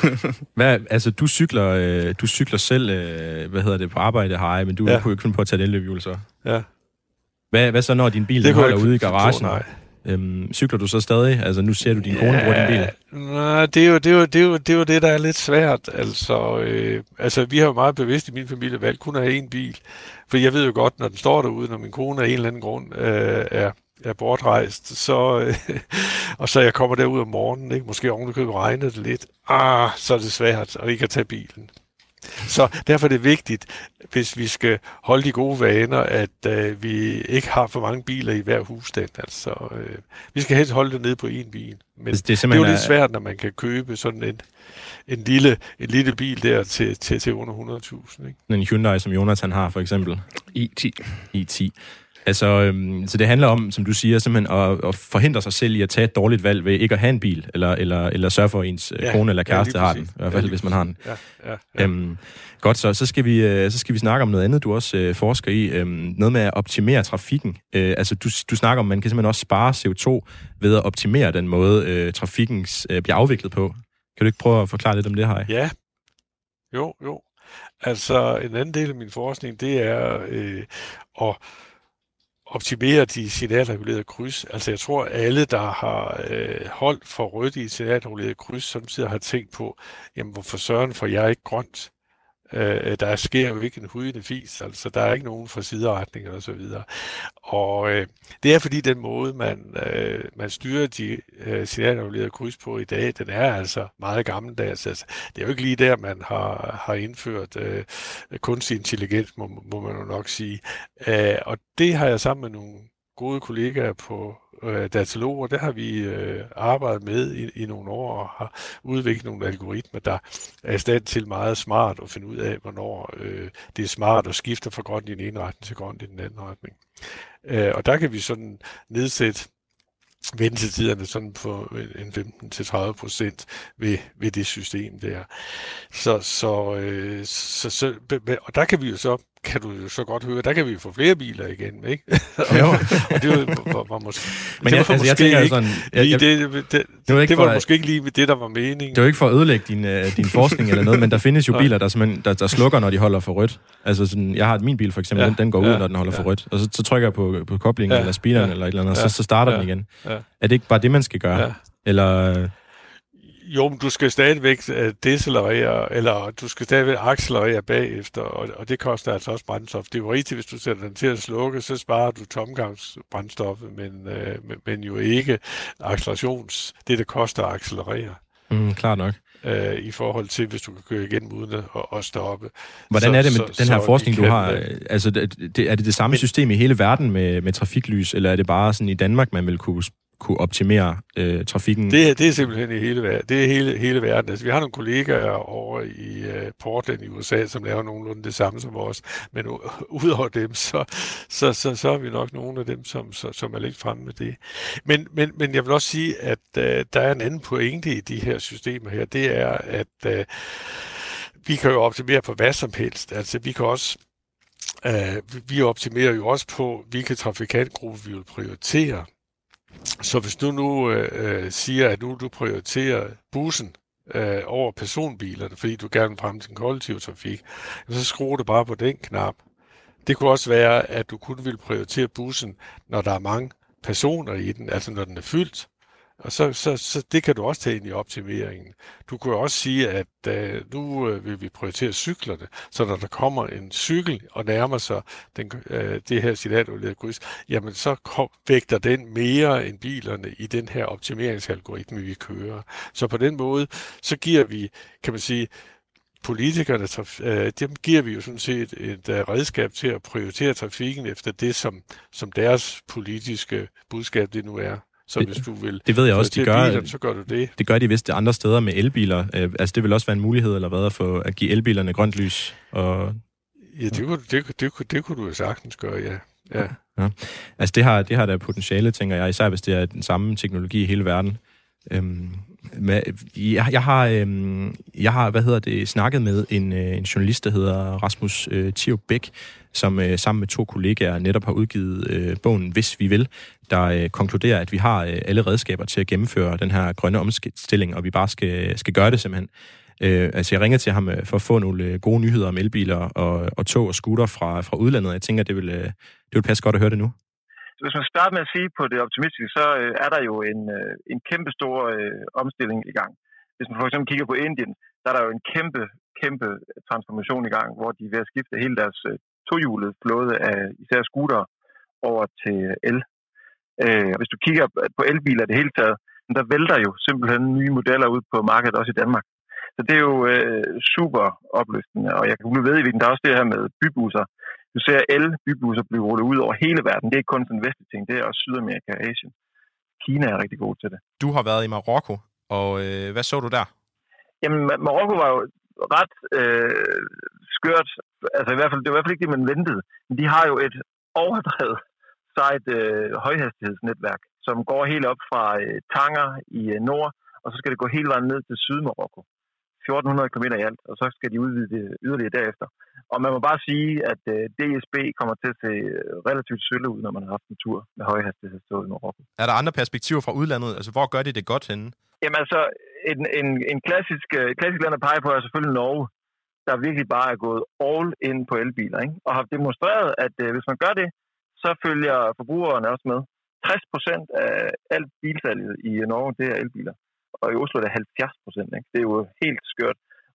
Hvad, altså, du cykler, øh, du cykler selv, øh, hvad hedder det, på arbejde, Harry, men du ja. kunne ikke finde på at tage et elløbehjul, så? Ja. Hvad, hvad så, når din bil holder ude i garagen? Nej. Øhm, cykler du så stadig? Altså, nu ser du din kone bruge din bil. Nej, det er jo det, er jo, det, er jo, det, er jo det, der er lidt svært. Altså, øh, altså, vi har jo meget bevidst i min familie valgt kun at have en bil. For jeg ved jo godt, når den står derude, når min kone af en eller anden grund øh, er, er bortrejst, så, øh, og så jeg kommer derud om morgenen, ikke? Måske ovenikøbet regner det lidt, ah, så er det svært at ikke at tage bilen. Så derfor er det vigtigt, hvis vi skal holde de gode vaner, at øh, vi ikke har for mange biler i hver husstand. Altså, øh, vi skal helst holde det nede på én bil. Men det, det, er, det er jo lidt svært, når man kan købe sådan en, en, lille, en lille bil der til, til, til under hundrede tusind. Ikke? En Hyundai, som Jonathan har, for eksempel. i ti. i ti. Altså, øhm, så det handler om, som du siger, simpelthen at, at forhindre sig selv i at tage et dårligt valg ved ikke at have en bil, eller, eller, eller sørge for, at ens ja, kone eller kæreste ja, har den, i hvert fald ja, hvis man har den. Ja, ja, ja. Øhm, godt, så, så, skal vi, så skal vi snakke om noget andet, du også øh, forsker i. Øhm, noget med at optimere trafikken. Øh, altså, du, du snakker om, at man kan simpelthen også spare C O to ved at optimere den måde, øh, trafikken øh, bliver afviklet på. Kan du ikke prøve at forklare lidt om det, Harry? Ja, jo, jo. Altså, en anden del af min forskning, det er øh, at optimere de signalregulerede kryds. Altså jeg tror, alle, der har øh, holdt for rødt i signalregulerede kryds, samtidig har tænkt på, jamen hvorfor søren får jeg ikke grønt? Øh, der sker jo ikke en hujende fis, altså der er ikke nogen for sideretninger og så videre. Og øh, det er fordi den måde, man, øh, man styrer de øh, signalanalyserede kryds på i dag, den er altså meget gammeldags. Altså, det er jo ikke lige der, man har, har indført øh, kunstig intelligens, må, må man jo nok sige. Øh, og det har jeg sammen med nogle gode kollegaer på øh, dataloger, der har vi øh, arbejdet med i, i nogle år og har udviklet nogle algoritmer, der er i stand til meget smart at finde ud af, hvornår øh, det er smart at skifte fra grøn i den ene retning til grøn i den anden retning. Øh, og der kan vi sådan nedsætte ventetiderne sådan på en femten til tredive procent ved, ved det system der. Så, så, øh, så, så, og der kan vi jo så, kan du jo så godt høre, der kan vi jo få flere biler igen, ikke? og, og det var, var, var måske, Men jeg, det var altså, måske jeg tænker ikke sådan, jeg, lige jeg, det, det, det, det, var, det var for, måske ikke lige det, der var meningen. Det var ikke for at ødelægge din, uh, din forskning eller noget, men der findes jo biler, der, der, der slukker, når de holder for rødt. Altså sådan, jeg har min bil for eksempel, ja, den, den går ud, ja, når den holder ja. for rødt. Og så, så trykker jeg på, på koblingen ja. eller speederen ja. eller et eller andet, og ja. så, så starter ja. den igen. Ja. Er det ikke bare det, man skal gøre? Ja. Eller... Jo, men du skal stadigvæk decelerere, eller du skal stadigvæk accelerere bagefter, og, og det koster altså også brændstof. Det er jo rigtigt, hvis du sætter den til at slukke, så sparer du tomgangsbrændstoffet, men, øh, men, men jo ikke accelerations, det det koster at accelerere. Mm, klart nok. Øh, I forhold til, hvis du kan køre igennem uden at, at stoppe. Hvordan så, er det med så, den her så forskning, du kan, har? Altså, det, er det det samme men, system i hele verden med, med trafiklys, eller er det bare sådan i Danmark, man vil kunne kunne optimere øh, trafikken? Det er, det er simpelthen i hele verden. Det er hele, hele verden. Altså, vi har nogle kollegaer over i uh, Portland i U S A, som laver nogenlunde det samme som os. Men u- udover dem, så, så, så, så er vi nok nogle af dem, som, så, som er lidt fremme med det. Men, men, men jeg vil også sige, at uh, der er en anden pointe i de her systemer her. Det er, at uh, vi kan jo optimere på hvad som helst. Altså, vi kan også uh, vi optimerer jo også på, hvilke trafikantgrupper vi vil prioritere. Så hvis du nu øh, siger, at nu du prioriterer bussen øh, over personbilerne, fordi du gerne vil frem til den kollektive trafik, så skruer du bare på den knap. Det kunne også være, at du kun vil prioritere bussen, når der er mange personer i den, altså når den er fyldt. Og så, så, så det kan du også tage ind i optimeringen. Du kan også sige, at uh, nu uh, vil vi prioritere cyklerne, så når der kommer en cykel og nærmer sig den, uh, det her signalanalyserede kryds, jamen så kom, vægter den mere end bilerne i den her optimeringsalgoritme, vi kører. Så på den måde, så giver vi, kan man sige, politikerne, uh, dem giver vi jo sådan set et uh, redskab til at prioritere trafikken efter det, som, som deres politiske budskab det nu er. Så det, hvis du vil det ved jeg også, de gør, biler, så gør du det. Det gør de vist andre steder med elbiler. Øh, altså det vil også være en mulighed, eller hvad, for at give elbilerne grønt lys. Og... Ja, det kunne, det, det, det, det kunne du jo sagtens gøre, ja. ja. ja. Altså det har, det har der potentiale, tænker jeg, især hvis det er den samme teknologi i hele verden. Øhm, med, jeg, jeg har, øhm, jeg har, hvad hedder det, snakket med en, øh, en journalist, der hedder Rasmus øh, Thieu Bæk, som øh, sammen med to kollegaer netop har udgivet øh, bogen Hvis vi vil, der øh, konkluderer, at vi har øh, alle redskaber til at gennemføre den her grønne omstilling, og vi bare skal, skal gøre det simpelthen. Øh, altså jeg ringede til ham øh, for at få nogle øh, gode nyheder om elbiler og, og tog og scooter fra, fra udlandet. Jeg tænker, det vil, øh, det vil passe godt at høre det nu. Hvis man starter med at sige på det optimistiske, så øh, er der jo en, øh, en kæmpe stor øh, omstilling i gang. Hvis man for eksempel kigger på Indien, der er der jo en kæmpe, kæmpe transformation i gang, hvor de er ved at skifte hele deres øh, tohjulede flåde af især scootere over til el. Øh, hvis du kigger på elbiler i det hele taget, der vælter jo simpelthen nye modeller ud på markedet, også i Danmark. Så det er jo øh, super opløftende, og jeg kan blive ved i, der er også det her med bybusser. Du ser el-bybusser blive rullet ud over hele verden. Det er ikke kun sådan en vestlig ting, det er også Sydamerika og Asien. Kina er rigtig god til det. Du har været i Marokko, og øh, hvad så du der? Jamen, Marokko var jo ret øh, skørt. Altså i hvert fald, det var i hvert fald ikke det, man ventede. Men de har jo et overdrevet sejt øh, højhastighedsnetværk, som går helt op fra øh, Tanger i øh, nord, og så skal det gå hele vejen ned til Sydmarokko. fjorten hundrede kilometer i alt, og så skal de udvide det yderligere derefter. Og man må bare sige, at uh, D S B kommer til at se relativt sølle ud, når man har haft en tur med højhastighedstog i Marokko. Er der andre perspektiver fra udlandet? Altså, hvor gør de det godt henne? Jamen altså, en, en, en klassisk, uh, klassisk land at pege på er selvfølgelig Norge, der virkelig bare er gået all in på elbiler, ikke? Og har demonstreret, at uh, hvis man gør det, så følger forbrugerne også med. tres procent af alt bilsalget i Norge, det er elbiler. Og i Oslo er det halvfjerds procent. Ikke? Det er jo helt skørt.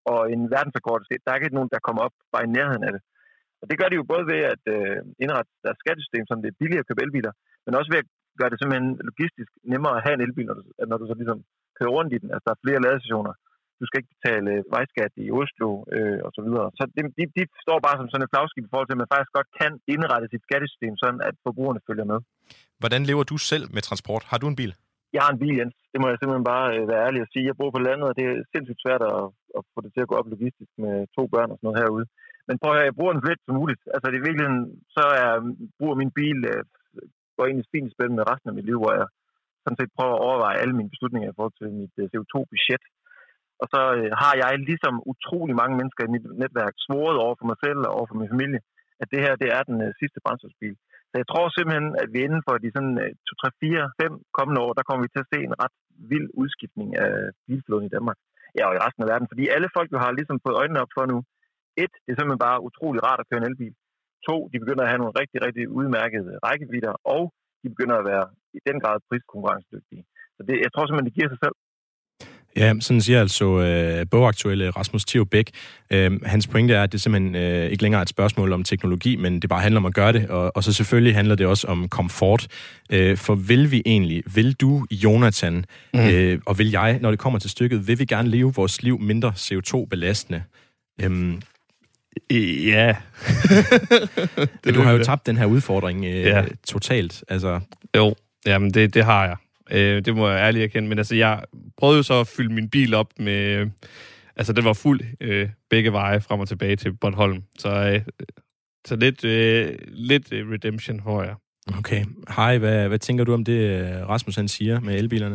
og en verdensrekord. Der er ikke nogen, der kommer op bare i nærheden af det. Og det gør de jo både ved at øh, indrette deres skattesystem, så det er billigere at købe elbiler, men også ved at gøre det simpelthen logistisk nemmere at have en elbil, når du, når du så ligesom kører rundt i den. Altså der er flere ladestationer. Du skal ikke betale vejskat i Oslo øh, og så videre. Så de, de, de står bare som sådan et flagskib i forhold til, at man faktisk godt kan indrette sit skattesystem sådan, at forbrugerne følger med. Hvordan lever du selv med transport? Har du en bil? Jeg har en bil, Jens. Det må jeg simpelthen bare øh, være ærlig at sige. Jeg bor på landet, og det er sindssygt svært at, at få det til at gå op logistisk med to børn og sådan noget herude. Men prøv at høre, jeg bruger den så lidt som muligt. Altså det er virkelig, så er, bruger min bil, øh, går ind i fint spil med resten af mit liv, hvor jeg sådan set prøver at overveje alle mine beslutninger i forhold til mit øh, C O to budget. Og så øh, har jeg ligesom utrolig mange mennesker i mit netværk svoret over for mig selv og over for min familie, at det her det er den øh, sidste brændstofsbil. Så jeg tror simpelthen, at vi inden for de sådan øh, to, tre, fire, fem kommende år, der kommer vi til at se en ret vild udskiftning af bilflåden i Danmark. Ja, og i resten af verden. Fordi alle folk jo har ligesom fået øjnene op for nu. Et, det er simpelthen bare utrolig rart at køre en elbil. To, de begynder at have nogle rigtig, rigtig udmærkede rækkevidder, og de begynder at være i den grad priskonkurrencedygtige. Så det, jeg tror simpelthen, det giver sig selv. Ja, sådan siger altså øh, bogaktuelle Rasmus Theo Bæk. Øh, hans pointe er, at det simpelthen øh, ikke længere er et spørgsmål om teknologi, men det bare handler om at gøre det, og, og så selvfølgelig handler det også om komfort. Øh, for vil vi egentlig, vil du, Jonathan, mm. øh, og vil jeg, når det kommer til stykket, vil vi gerne leve vores liv mindre C O to belastende? Øhm, Ja. det du har jo det. tabt den her udfordring øh, ja. totalt. Altså. Jo, jamen det, det har jeg. Øh, det må jeg ærligt erkende. Men altså, jeg prøvede jo så at fylde min bil op med... Øh, altså, den var fuld øh, begge veje frem og tilbage til Bornholm. Så, øh, så lidt, øh, lidt øh, redemption får jeg. Okay. Hej, hvad, hvad tænker du om det, Rasmus han siger med elbilerne?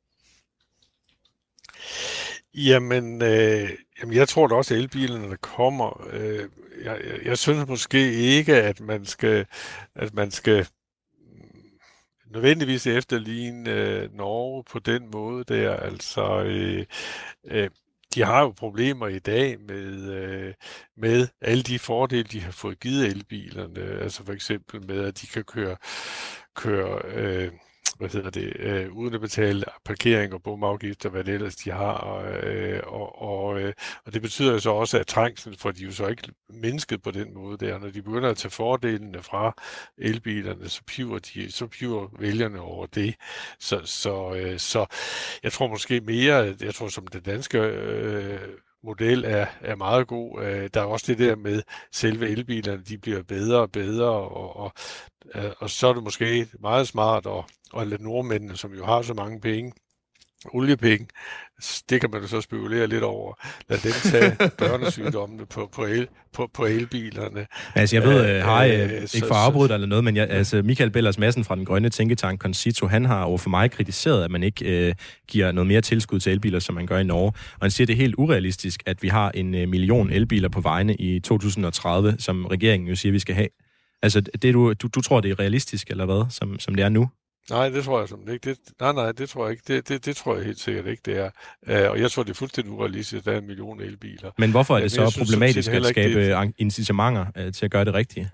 Jamen, øh, jamen, jeg tror da også, at elbilerne, der kommer, øh, jeg, jeg, jeg synes måske ikke, at man skal, at man skal nødvendigvis efterligne øh, Norge på den måde der. Altså, øh, øh, de har jo problemer i dag med, øh, med alle de fordele, de har fået givet elbilerne. Altså for eksempel med, at de kan køre, køre øh, hvad hedder det, øh, uden at betale parkering og bomafgifter, hvad det ellers de har. Og, øh, og, og, øh, og det betyder jo så også, at trængslen får de jo så ikke mindsket på den måde der. Når de begynder at tage fordelene fra elbilerne, så piver, de, så piver vælgerne over det. Så, så, øh, så jeg tror måske mere, jeg tror som den danske øh, model er, er meget god. Øh, der er også det der med selve elbilerne, de bliver bedre og bedre, og, og, øh, og så er det måske meget smart at, at lade nordmændene, som jo har så mange penge, oliepenge, det kan man jo så spekulere lidt over. Lad dem tage børnesygdommene på, på, el, på, på elbilerne. Altså, jeg ved, øh, har jeg, øh, ikke for at afbryde dig eller noget, men jeg, altså, Michael Bellers Madsen fra den grønne tænketank Concito, han har over for mig kritiseret, at man ikke øh, giver noget mere tilskud til elbiler, som man gør i Norge. Og han siger, at det er helt urealistisk, at vi har en øh, million elbiler på vejene i to tusind og tredive, som regeringen jo siger, vi skal have. Altså, det, du, du, du tror, det er realistisk, eller hvad, som, som det er nu? Nej, det tror jeg som det ikke. Det, nej, nej, det tror jeg ikke. Det, det, det tror jeg helt sikkert ikke, det er. Uh, og jeg tror, det er fuldstændig urealistisk, at der er en million elbiler. Men hvorfor er det så synes, problematisk at skabe det... incitamenter uh, til at gøre det rigtige?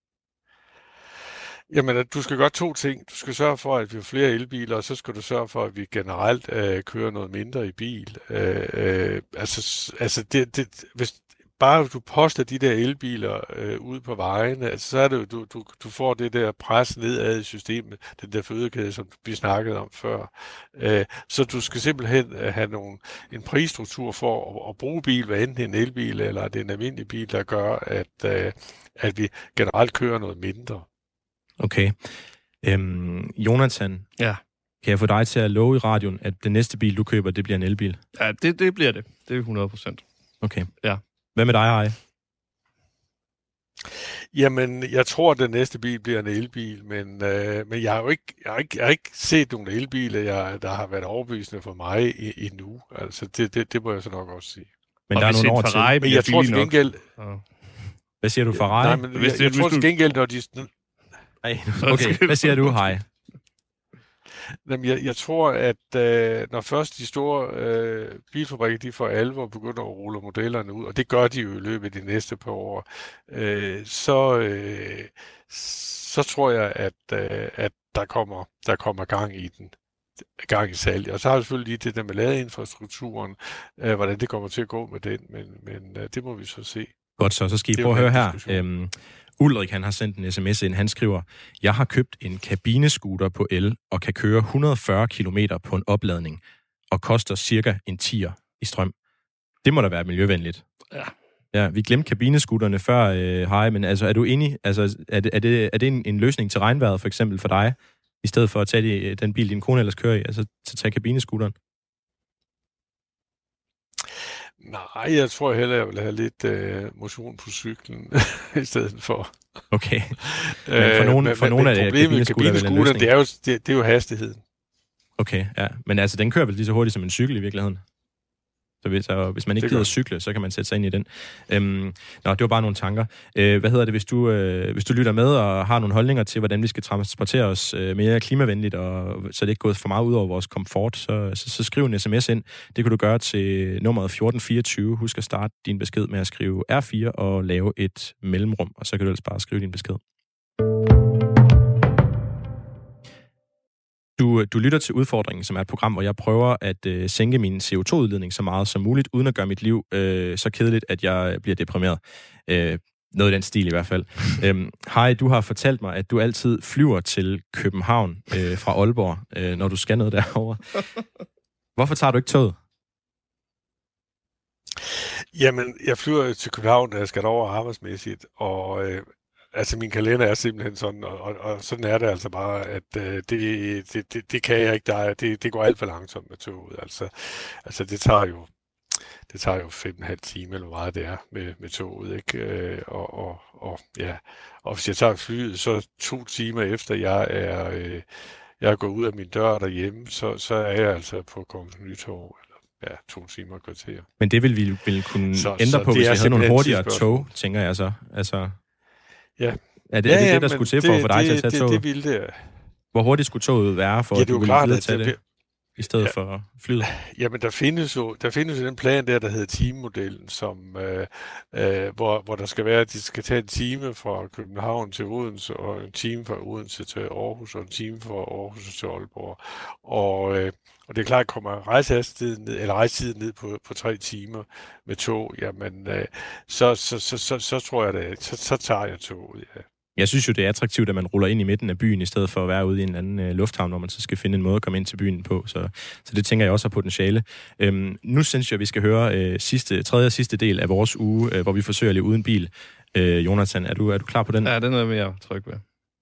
Jamen, du skal gøre to ting. Du skal sørge for, at vi har flere elbiler, og så skal du sørge for, at vi generelt uh, kører noget mindre i bil. Uh, uh, altså, altså det, det, hvis bare du poster de der elbiler øh, ud på vejene, altså, så er det jo, du, du, du får det der pres nedad i systemet, den der fødekæde, som vi snakkede om før. Øh, så du skal simpelthen have nogle, en prisstruktur for at, at bruge bil, hvad enten en elbil eller det er en almindelig bil, der gør, at, øh, at vi generelt kører noget mindre. Okay. Øhm, Jonathan, ja. Kan jeg få dig til at love i radioen, at den næste bil, du køber, det bliver en elbil? Ja, det, det bliver det. Det er hundrede procent. Okay. Ja. Hvad med dig, Hej? Jamen, jeg tror, at den næste bil bliver en elbil, men, øh, men jeg har jo ikke, jeg har ikke, jeg har ikke set nogle elbiler, jeg, der har været overbevisende for mig endnu. Altså, det, det, det må jeg så nok også sige. Men og der er nogle år til. Men jeg tror til gengæld... Hvad siger du, Ferrari? Nej, men jeg, jeg, jeg tror til gengæld, når de... Nej, okay. Hvad siger du, Hej? Jamen, jeg, jeg tror, at øh, når først de store øh, bilfabrikker, de for alvor begynder at rulle modellerne ud, og det gør de jo i løbet af de næste par år, øh, så, øh, så tror jeg, at, øh, at der, kommer, der kommer gang i den. gang i salg. Og så har vi selvfølgelig lige det der med ladeinfrastrukturen, øh, hvordan det kommer til at gå med den, men, men øh, det må vi så se. Godt, så, så skal I prøve at høre her. Øhm, Ulrik, han har sendt en sms ind. Han skriver, jeg har købt en kabinescooter på el og kan køre et hundrede og fyrre kilometer på en opladning og koster cirka en tier i strøm. Det må da være miljøvenligt. Ja. Ja, vi glemte kabinescooterne før, øh, hej, men altså, er du enig? Altså, er det, er det, er det en, en løsning til regnvejret, for eksempel for dig, i stedet for at tage de, den bil, din kone ellers kører i, altså til at tage kabinescooteren? Nej, jeg tror heller, jeg vil have lidt øh, motion på cyklen i stedet for. Okay. Men for nogle, øh, for nogle af det kabinescooteren, det er jo det, det er jo hastigheden. Okay, ja. Men altså, den kører vel lige så hurtigt som en cykel i virkeligheden? Så hvis, så hvis man ikke gider at cykle, så kan man sætte sig ind i den. Øhm, nå, det var bare nogle tanker. Øh, hvad hedder det, hvis du, øh, hvis du lytter med og har nogle holdninger til, hvordan vi skal transportere os øh, mere klimavenligt, og så det ikke gået for meget ud over vores komfort, så, så, så skriv en sms ind. Det kan du gøre til nummeret fjorten fireogtyve. Husk at starte din besked med at skrive R fire og lave et mellemrum, og så kan du ellers bare skrive din besked. Du, du lytter til Udfordringen, som er et program, hvor jeg prøver at øh, sænke min C O to udledning så meget som muligt, uden at gøre mit liv øh, så kedeligt, at jeg bliver deprimeret. Øh, noget i den stil i hvert fald. øhm, Hej, du har fortalt mig, at du altid flyver til København øh, fra Aalborg, øh, når du skal noget derovre. Hvorfor tager du ikke toget? Jamen, jeg flyver til København, når jeg skal derover arbejdsmæssigt, og... Øh, Altså, min kalender er simpelthen sådan, og, og, og sådan er det altså bare, at øh, det, det, det, det kan jeg ikke, der er, det, det går alt for langsomt med toget, altså, altså det tager jo, det tager jo fem og en halv time, eller hvor meget det er med, med toget, ikke, øh, og, og, og, ja, og hvis jeg tager flyet, så to timer efter jeg er, øh, jeg er gået ud af min dør derhjemme, så, så er jeg altså på Kongens Nytorv, eller ja, to timer og kvarter. Men det vil vi ville kunne så, ændre så på, hvis vi havde nogle hurtigere tog, spørgsmål. tænker jeg så, altså... Ja. Er det ja, er det, ja, det, der skulle til for, det, for dig det, til at tage det, toget? Det, det ville det. Hvor hurtigt skulle toget være, for ja, at du ville videre tage det, det, i stedet ja, for flyet? Jamen, der findes jo der findes jo den plan der, der hedder teammodellen, som, øh, øh, hvor, hvor der skal være, at de skal tage en time fra København til Odense, og en time fra Odense til Aarhus, og en time fra Aarhus til Aalborg. Og, øh, og det er klart, at kommer rejsehastigheden ned, eller rejsetiden ned på, på tre timer med tog, jamen, øh, så, så, så, så, så tror jeg, at så, så tager jeg toget, ja. Jeg synes jo, det er attraktivt, at man ruller ind i midten af byen, i stedet for at være ude i en eller anden øh, lufthavn, hvor man så skal finde en måde at komme ind til byen på. Så, så det tænker jeg også har potentiale. Øhm, nu synes jeg, at vi skal høre øh, sidste, tredje og sidste del af vores uge, øh, hvor vi forsøger at leve uden bil. Øh, Jonathan, er du, er du klar på den? Ja, den er mere tryg ved.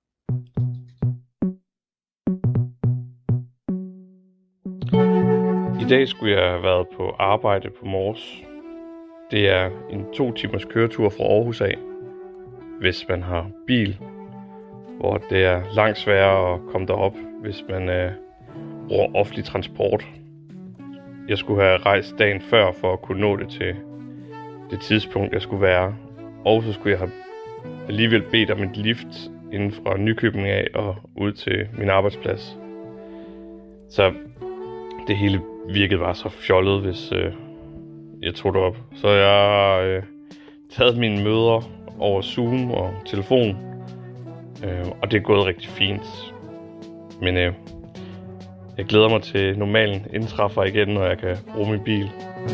I dag skulle jeg have været på arbejde på Mors. Det er en to timers køretur fra Aarhus af, hvis man har bil, hvor det er langt sværere at komme derop, hvis man øh, bruger offentlig transport. Jeg skulle have rejst dagen før for at kunne nå det til det tidspunkt, jeg skulle være. Og så skulle jeg have alligevel bedt om et lift inden fra Nykøbing af og ud til min arbejdsplads. Så det hele virkede bare så fjollet, hvis øh, jeg tog det op. Så jeg har øh, taget mine møder over Zoom og telefon, øh, og det er gået rigtig fint. Men øh, jeg glæder mig til normalen indtræffer igen, når jeg kan bruge min bil.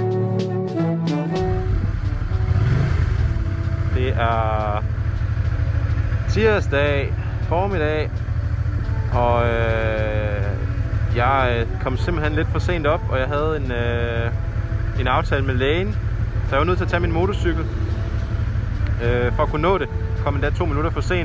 Det er tirsdag formiddag, og øh, jeg kom simpelthen lidt for sent op, og jeg havde en, øh, en aftale med lægen, så jeg var nødt til at tage min motorcykel. Øh, for at kunne nå det, kom endda to minutter for sent.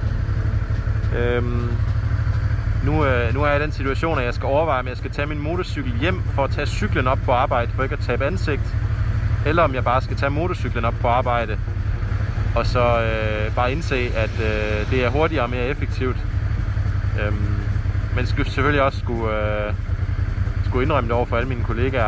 Øhm, nu, øh, nu er jeg i den situation, at jeg skal overveje, om jeg skal tage min motorcykel hjem for at tage cyklen op på arbejde, for ikke at tabe ansigt. Eller om jeg bare skal tage motorcyklen op på arbejde, og så øh, bare indse, at øh, det er hurtigere og mere effektivt. Øhm, men skulle selvfølgelig også skulle, øh, skulle indrømme det over for alle mine kollegaer.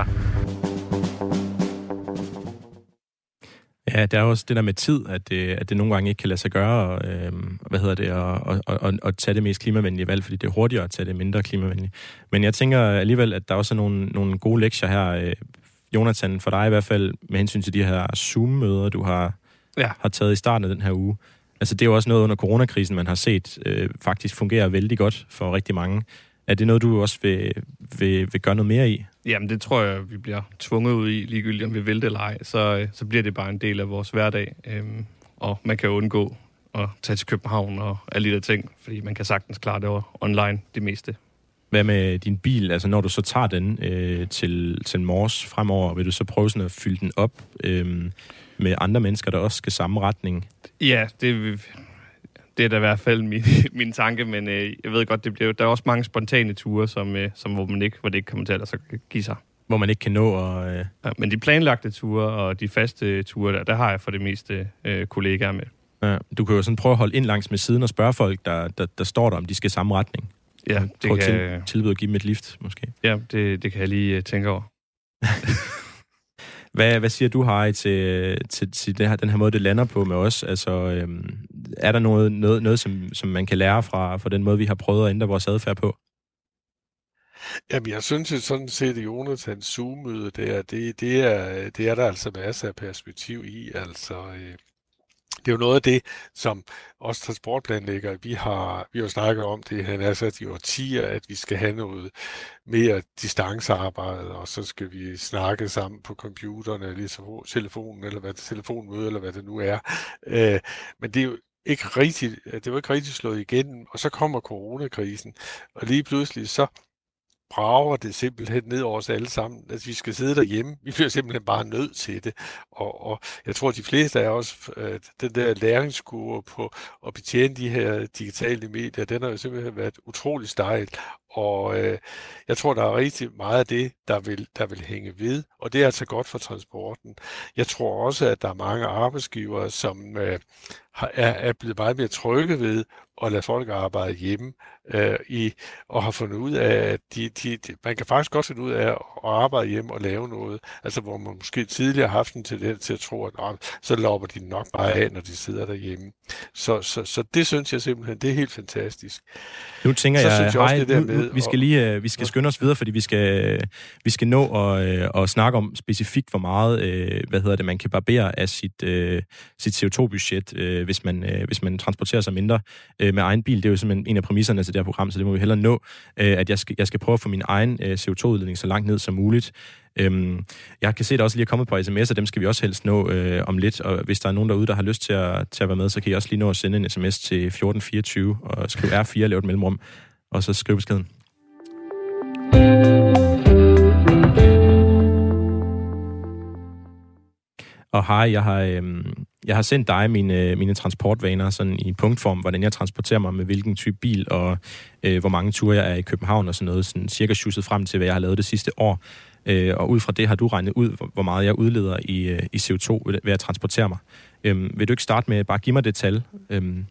Ja, det er også det der med tid, at det, at det nogle gange ikke kan lade sig gøre, og, øh, hvad hedder det, og, og, og, og tage det mest klimavenlige valg, fordi det er hurtigere at tage det mindre klimavenlige. Men jeg tænker alligevel, at der også er nogle, nogle gode lektier her, øh, Jonathan, for dig i hvert fald, med hensyn til de her Zoom-møder, du har, ja. har taget i starten af den her uge. Altså, det er jo også noget under coronakrisen, man har set øh, faktisk fungerer vældig godt for rigtig mange. Er det noget, du også vil, vil, vil gøre noget mere i? Jamen, det tror jeg, vi bliver tvunget ud i, ligegyldigt om vi vil det eller ej. Så, så bliver det bare en del af vores hverdag. Øhm, og man kan undgå at tage til København og alle de der ting, fordi man kan sagtens klare det over online, det meste. Hvad med din bil? Altså, når du så tager den øh, til, til Mors fremover, vil du så prøve sådan at fylde den op øh, med andre mennesker, der også skal samme retning? Ja, det, det er da i hvert fald min, min tanke, men øh, jeg ved godt, det bliver, der er også mange spontane ture, som, øh, som hvor, man ikke, hvor det ikke kommer til at så give sig. Hvor man ikke kan nå at... Øh... Ja, men de planlagte ture og de faste ture, der, der har jeg for det meste øh, kollegaer med. Ja, du kan jo sådan prøve at holde ind langs med siden og spørge folk, der, der, der står der, om de skal samme retning. Ja, det prøv kan... til, tilbyde at give dem et lift, måske. Ja, det, det kan jeg lige uh, tænke over. hvad, hvad siger du, Harry, til, til, til det her, den her måde, det lander på med os? Altså, øhm, er der noget, noget, noget som, som man kan lære fra, fra den måde, vi har prøvet at ændre vores adfærd på? Jamen, jeg synes jo sådan set, at Jonathans Zoom-møde der, det, det, er, det er der altså masser af perspektiv i. Altså, øh, det er jo noget af det, som os transportplanlæggere, vi har, vi har snakket om det, han er sat i årtier, at vi skal have noget mere distancearbejde, og så skal vi snakke sammen på computeren, eller telefonen, eller hvad det telefonmøde, eller hvad det nu er. Øh, men det er jo ikke rigtigt, det var ikke rigtig slået igennem, og så kommer coronakrisen, og lige pludselig så brager det simpelthen ned over os alle sammen. Altså, vi skal sidde derhjemme. Vi bliver simpelthen bare nødt til det. Og, og jeg tror, at de fleste af os, øh, den der læringskurve på at betjene de her digitale medier, den har jo simpelthen været utrolig stejl. Og øh, jeg tror, der er rigtig meget af det, der vil, der vil hænge ved. Og det er altså godt for transporten. Jeg tror også, at der er mange arbejdsgivere, som øh, er, er blevet meget mere trygge ved at lade folk arbejde hjemme, øh, i, og har fundet ud af, at de, de, de, man kan faktisk godt finde ud af at arbejde hjemme og lave noget, altså hvor man måske tidligere har haft en tendens til at tro, at øh, så lopper de nok bare af, når de sidder derhjemme. Så, så, så det synes jeg simpelthen, det er helt fantastisk. Nu tænker så jeg, jeg også, hej, det der nu, med, vi skal lige vi skal skynde os videre, fordi vi skal, vi skal nå at, at snakke om specifikt, hvor meget hvad hedder det, man kan barbere af sit, sit C O to budget, hvis man, hvis man transporterer sig mindre med egen bil. Det er jo simpelthen en af præmisserne til det her program, så det må vi hellere nå, at jeg skal, jeg skal prøve at få min egen C O to udledning så langt ned som muligt. Jeg kan se, at der også lige er kommet på sms'er, dem skal vi også helst nå øh, om lidt, og hvis der er nogen derude, der har lyst til at, til at være med, så kan I også lige nå at sende en sms til fjorten fireogtyve og skrive R fire, lave et mellemrum, og så skrive beskeden. Og hej, jeg har, øh, jeg har sendt dig mine, mine transportvaner sådan i punktform, hvordan jeg transporterer mig med hvilken type bil, og øh, hvor mange ture jeg er i København og sådan noget, sådan cirka sjusset frem til, hvad jeg har lavet det sidste år. Øh, og ud fra det har du regnet ud, hvor meget jeg udleder i, i C O to ved at transportere mig. Øhm, vil du ikke starte med bare give mig det tal? Øhm.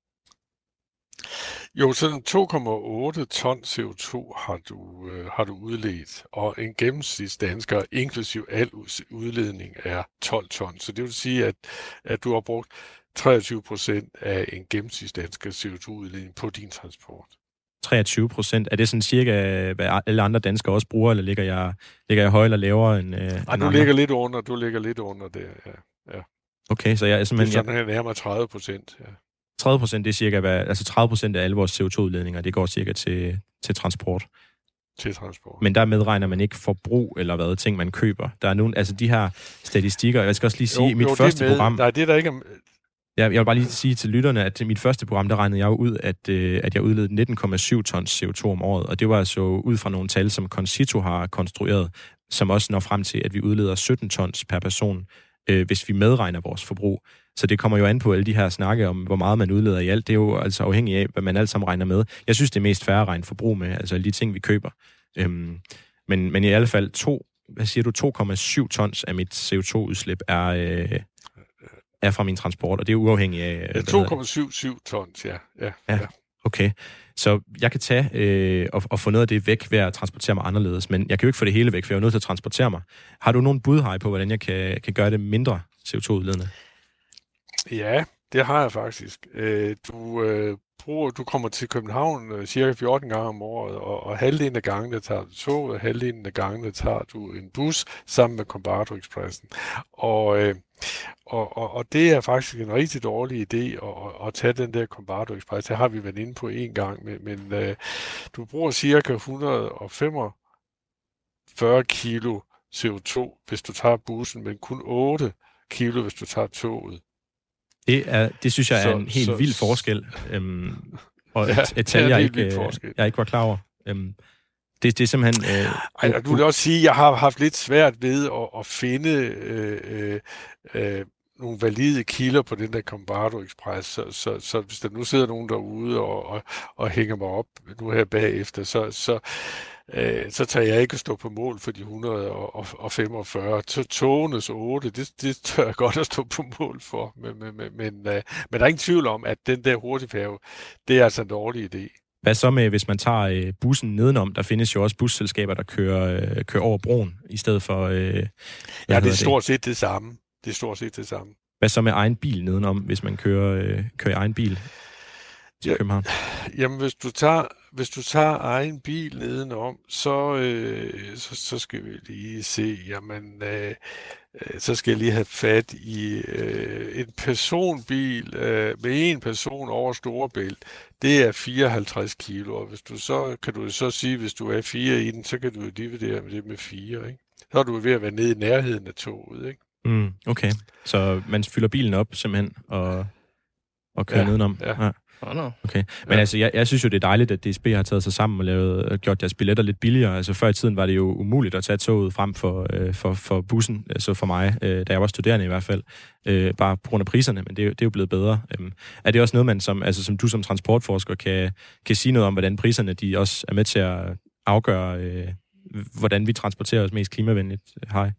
Jo, sådan to komma otte ton C O to har du, øh, har du udledt, og en gennemsnitsdansker, inklusiv al udledning, er tolv ton. Så det vil sige, at, at du har brugt treogtyve procent af en gennemsnitsdansker C O to udledning på din transport. treogtyve procent. Er det sådan cirka, hvad alle andre danskere også bruger, eller ligger jeg, ligger jeg højere eller lavere end, øh, Ej, end du andre? ligger lidt under, du ligger lidt under det, ja. ja. Okay, så jeg er simpelthen... Det er sådan jeg... nærmere tredive procent, ja. tredive procent, det er cirka, hvad, altså tredive procent af alle vores C O to udledninger, det går cirka til, til transport. Til transport. Men der medregner man ikke forbrug, eller hvad, ting man køber. Der er nogle, altså de her statistikker, jeg skal også lige sige, jo, i mit jo, første med, program... Nej, det er der ikke... Ja, jeg vil bare lige sige til lytterne, at i mit første program, der regnede jeg jo ud, at, øh, at jeg udledte nitten komma syv tons C O to om året, og det var altså ud fra nogle tal, som Concito har konstrueret, som også når frem til, at vi udleder sytten tons per person, øh, hvis vi medregner vores forbrug. Så det kommer jo an på alle de her snakke om, hvor meget man udleder i alt. Det er jo altså afhængigt af, hvad man alt sammen regner med. Jeg synes, det er mest fair at regne forbrug med, altså alle de ting, vi køber. Øhm, men, men i alle fald, to, hvad siger du, to komma syv tons af mit C O to udslip er... Øh, er fra min transport, og det er uafhængigt af... Ja, to komma syv syv tons, ja. ja. Ja, okay. Så jeg kan tage øh, og, og få noget af det væk ved at transportere mig anderledes, men jeg kan jo ikke få det hele væk, for jeg er nødt til at transportere mig. Har du nogen bud her på, hvordan jeg kan, kan gøre det mindre C O to udledende? Ja, det har jeg faktisk. Øh, du, øh, bruger, du kommer til København øh, cirka fjorten gange om året, og, og halvdelen af gangene tager du tog, og halvdelen af gangene tager du en bus sammen med Combardo Expressen. Og, øh, Og, og, og det er faktisk en rigtig dårlig idé at, at tage den der Combardo Express. Det har vi været inde på en gang, men, men øh, du bruger cirka et hundrede og femogfyrre kilo C O to, hvis du tager bussen, men kun otte kilo, hvis du tager toget. Det, er, det synes jeg er så, en helt så, vild forskel, øhm, og ja, et, et tal, jeg ikke, forskel. jeg ikke var klar over. Øhm, det, det er simpelthen... Øh, Ej, og du vil også sige, at jeg har haft lidt svært ved at, at finde øh, øh, øh, nogle valide kilder på den der Combardo Express, så, så, så hvis der nu sidder nogen derude og, og, og hænger mig op nu her bagefter, så, så, øh, så tager jeg ikke at stå på mål for de et hundrede og femogfyrre. Togenes otte, det, det tør jeg godt at stå på mål for, men, men, men, men, øh, men der er ingen tvivl om, at den der hurtigfærge, det er altså en dårlig idé. Hvad så med, hvis man tager øh, bussen nedenom? Der findes jo også busselskaber, der kører, øh, kører over broen, i stedet for... Øh, ja, det er stort set det samme. Det er stort set det samme. Hvad så med egen bil nedenom, hvis man kører, øh, kører egen bil til ja, København? Jamen, hvis du tager, hvis du tager egen bil nedenom, så, øh, så, så skal vi lige se, jamen, øh, så skal jeg lige have fat i øh, en personbil øh, med en person over Storebælt. Det er fireoghalvtreds kilo, og hvis du så, kan du så sige, hvis du er fire i den, så kan du jo dividere med det med fire, ikke? Så er du ved at være nede i nærheden af toget, ikke? Mm, okay, så man fylder bilen op simpelthen og, og kører ja, nedenom? Ja. Ja. Okay. Men ja. altså, jeg, jeg synes jo, det er dejligt, at D S B har taget sig sammen og lavet, gjort deres billetter lidt billigere. Altså, før i tiden var det jo umuligt at tage toget frem for, øh, for, for bussen, altså for mig, øh, da jeg var studerende i hvert fald, øh, bare på grund af priserne, men det, det er jo blevet bedre. Øhm, er det også noget, man som, altså, som du som transportforsker kan, kan sige noget om, hvordan priserne de også er med til at afgøre, øh, hvordan vi transporterer os mest klimavenligt? Hej.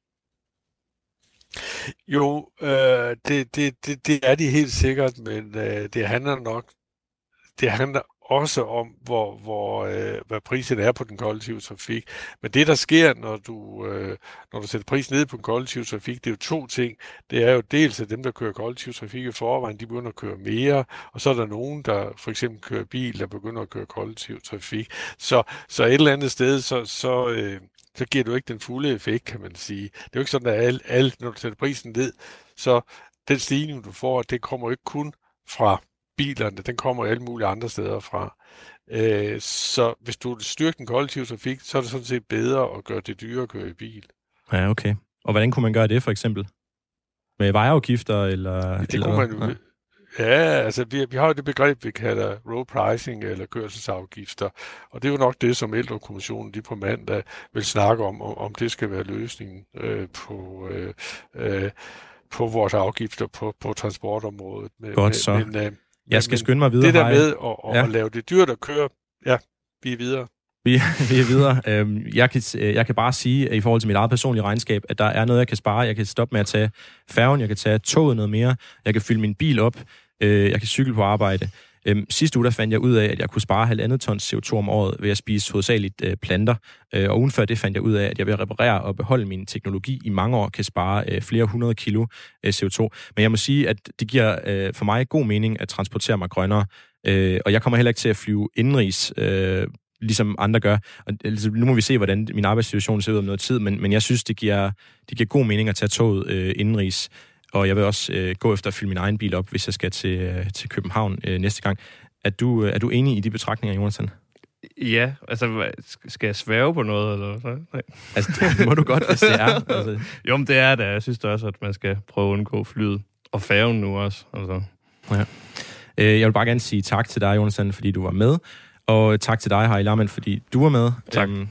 Jo, øh, det, det, det, det er de helt sikkert, men øh, det handler nok, det handler også om, hvor, hvor, øh, hvad prisen er på den kollektive trafik. Men det, der sker, når du, øh, når du sætter prisen ned på den kollektive trafik, det er jo to ting. Det er jo dels, at dem, der kører kollektiv trafik i forvejen, de begynder at køre mere, og så er der nogen, der for eksempel kører bil, der begynder at køre kollektiv trafik. Så, så et eller andet sted, så, så øh, så giver du ikke den fulde effekt, kan man sige. Det er jo ikke sådan, at alle, alle, når du sætter prisen ned, så den stigning, du får, det kommer ikke kun fra bilerne, den kommer alle mulige andre steder fra. Øh, så hvis du styrker den kollektive trafik, så er det sådan set bedre at gøre det dyrere at køre i bil. Ja, okay. Og hvordan kunne man gøre det, for eksempel? Med vejafgifter, eller... Ja, det eller kunne man jo... Ja, altså vi, vi har jo det begreb, vi kalder road pricing eller kørselsafgifter, og det er jo nok det, som Ældrekommissionen de på mandag vil snakke om, om det skal være løsningen øh, på, øh, øh, på vores afgifter på, på transportområdet. Men, Godt så. Men, øh, jeg skal men, skynde mig videre. Det der med at, at, ja. at lave det dyrt at køre, ja, vi er videre. Vi, vi er videre. Jeg kan, jeg kan bare sige, at i forhold til mit eget personlige regnskab, at der er noget, jeg kan spare. Jeg kan stoppe med at tage færgen, jeg kan tage toget noget mere, jeg kan fylde min bil op, jeg kan cykle på arbejde. Sidste uge der fandt jeg ud af, at jeg kunne spare halvandet tons C O to om året ved at spise hovedsageligt planter. Og ugen før det fandt jeg ud af, at jeg ved at reparere og beholde min teknologi i mange år kan spare flere hundrede kilo C O to. Men jeg må sige, at det giver for mig god mening at transportere mig grønnere. Og jeg kommer heller ikke til at flyve indenrigs, ligesom andre gør. Og altså, nu må vi se, hvordan min arbejdssituation ser ud om noget tid, men, men jeg synes, det giver, det giver god mening at tage toget øh, indenrigs. Og jeg vil også øh, gå efter at fylde min egen bil op, hvis jeg skal til, øh, til København øh, næste gang. Er du, øh, er du enig i de betragtninger, Jonathan? Ja, altså, skal jeg sværge på noget, eller nej? Altså, det må du godt, hvis det er. Altså. Jo, men det er det. Jeg synes da også, at man skal prøve at undgå flyet. Og færgen nu også. Altså. Ja. Øh, jeg vil bare gerne sige tak til dig, Jonathan, fordi du var med. Og tak til dig, Harry Larmann, fordi du var med. Tak. Um,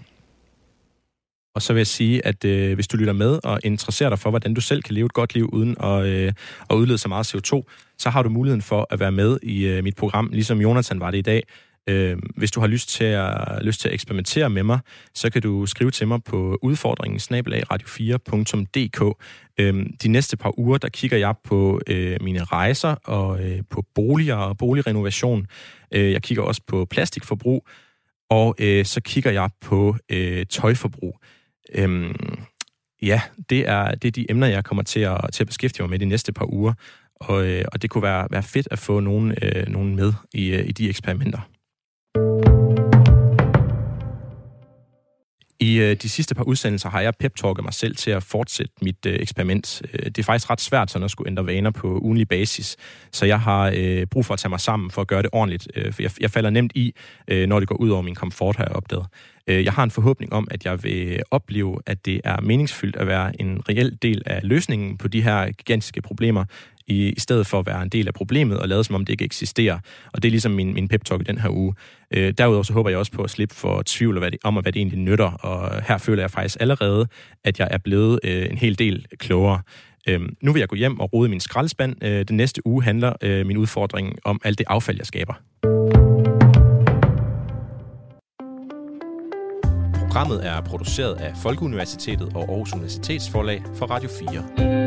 og så vil jeg sige, at øh, hvis du lytter med og interesserer dig for, hvordan du selv kan leve et godt liv uden at, øh, at udlede så meget C O to, så har du muligheden for at være med i øh, mit program, ligesom Jonathan var det i dag. Øh, hvis du har lyst til, at, lyst til at eksperimentere med mig, så kan du skrive til mig på udfordringen snabel-a radio fire punktum d k. Øh, de næste par uger, der kigger jeg på øh, mine rejser og øh, på boliger og boligrenovation. Øh, jeg kigger også på plastikforbrug, og øh, så kigger jeg på øh, tøjforbrug. Øh, ja, det er, det er de emner, jeg kommer til at, til at beskæftige mig med de næste par uger, og, øh, og det kunne være, være fedt at få nogen, øh, nogen med i, øh, i de eksperimenter. I øh, de sidste par udsendelser har jeg pep-talket mig selv til at fortsætte mit øh, eksperiment. Det er faktisk ret svært sådan at skulle ændre vaner på ugenlig basis, så jeg har øh, brug for at tage mig sammen for at gøre det ordentligt, øh, for jeg, jeg falder nemt i, øh, når det går ud over min komfort, har jeg opdaget. Øh, jeg har en forhåbning om, at jeg vil opleve, at det er meningsfyldt at være en reel del af løsningen på de her gigantiske problemer, i, i stedet for at være en del af problemet og lade som om det ikke eksisterer. Og det er ligesom min, min pep-talk i den her uge. Øh, derudover så håber jeg også på at slippe for tvivl hvad det, om, hvad det egentlig nytter, og her føler jeg faktisk allerede, at jeg er blevet øh, en hel del klogere. Øh, nu vil jeg gå hjem og rode min skraldespand. Øh, den næste uge handler øh, min udfordring om alt det affald, jeg skaber. Programmet er produceret af Folkeuniversitetet og Aarhus Universitetsforlag for Radio fire.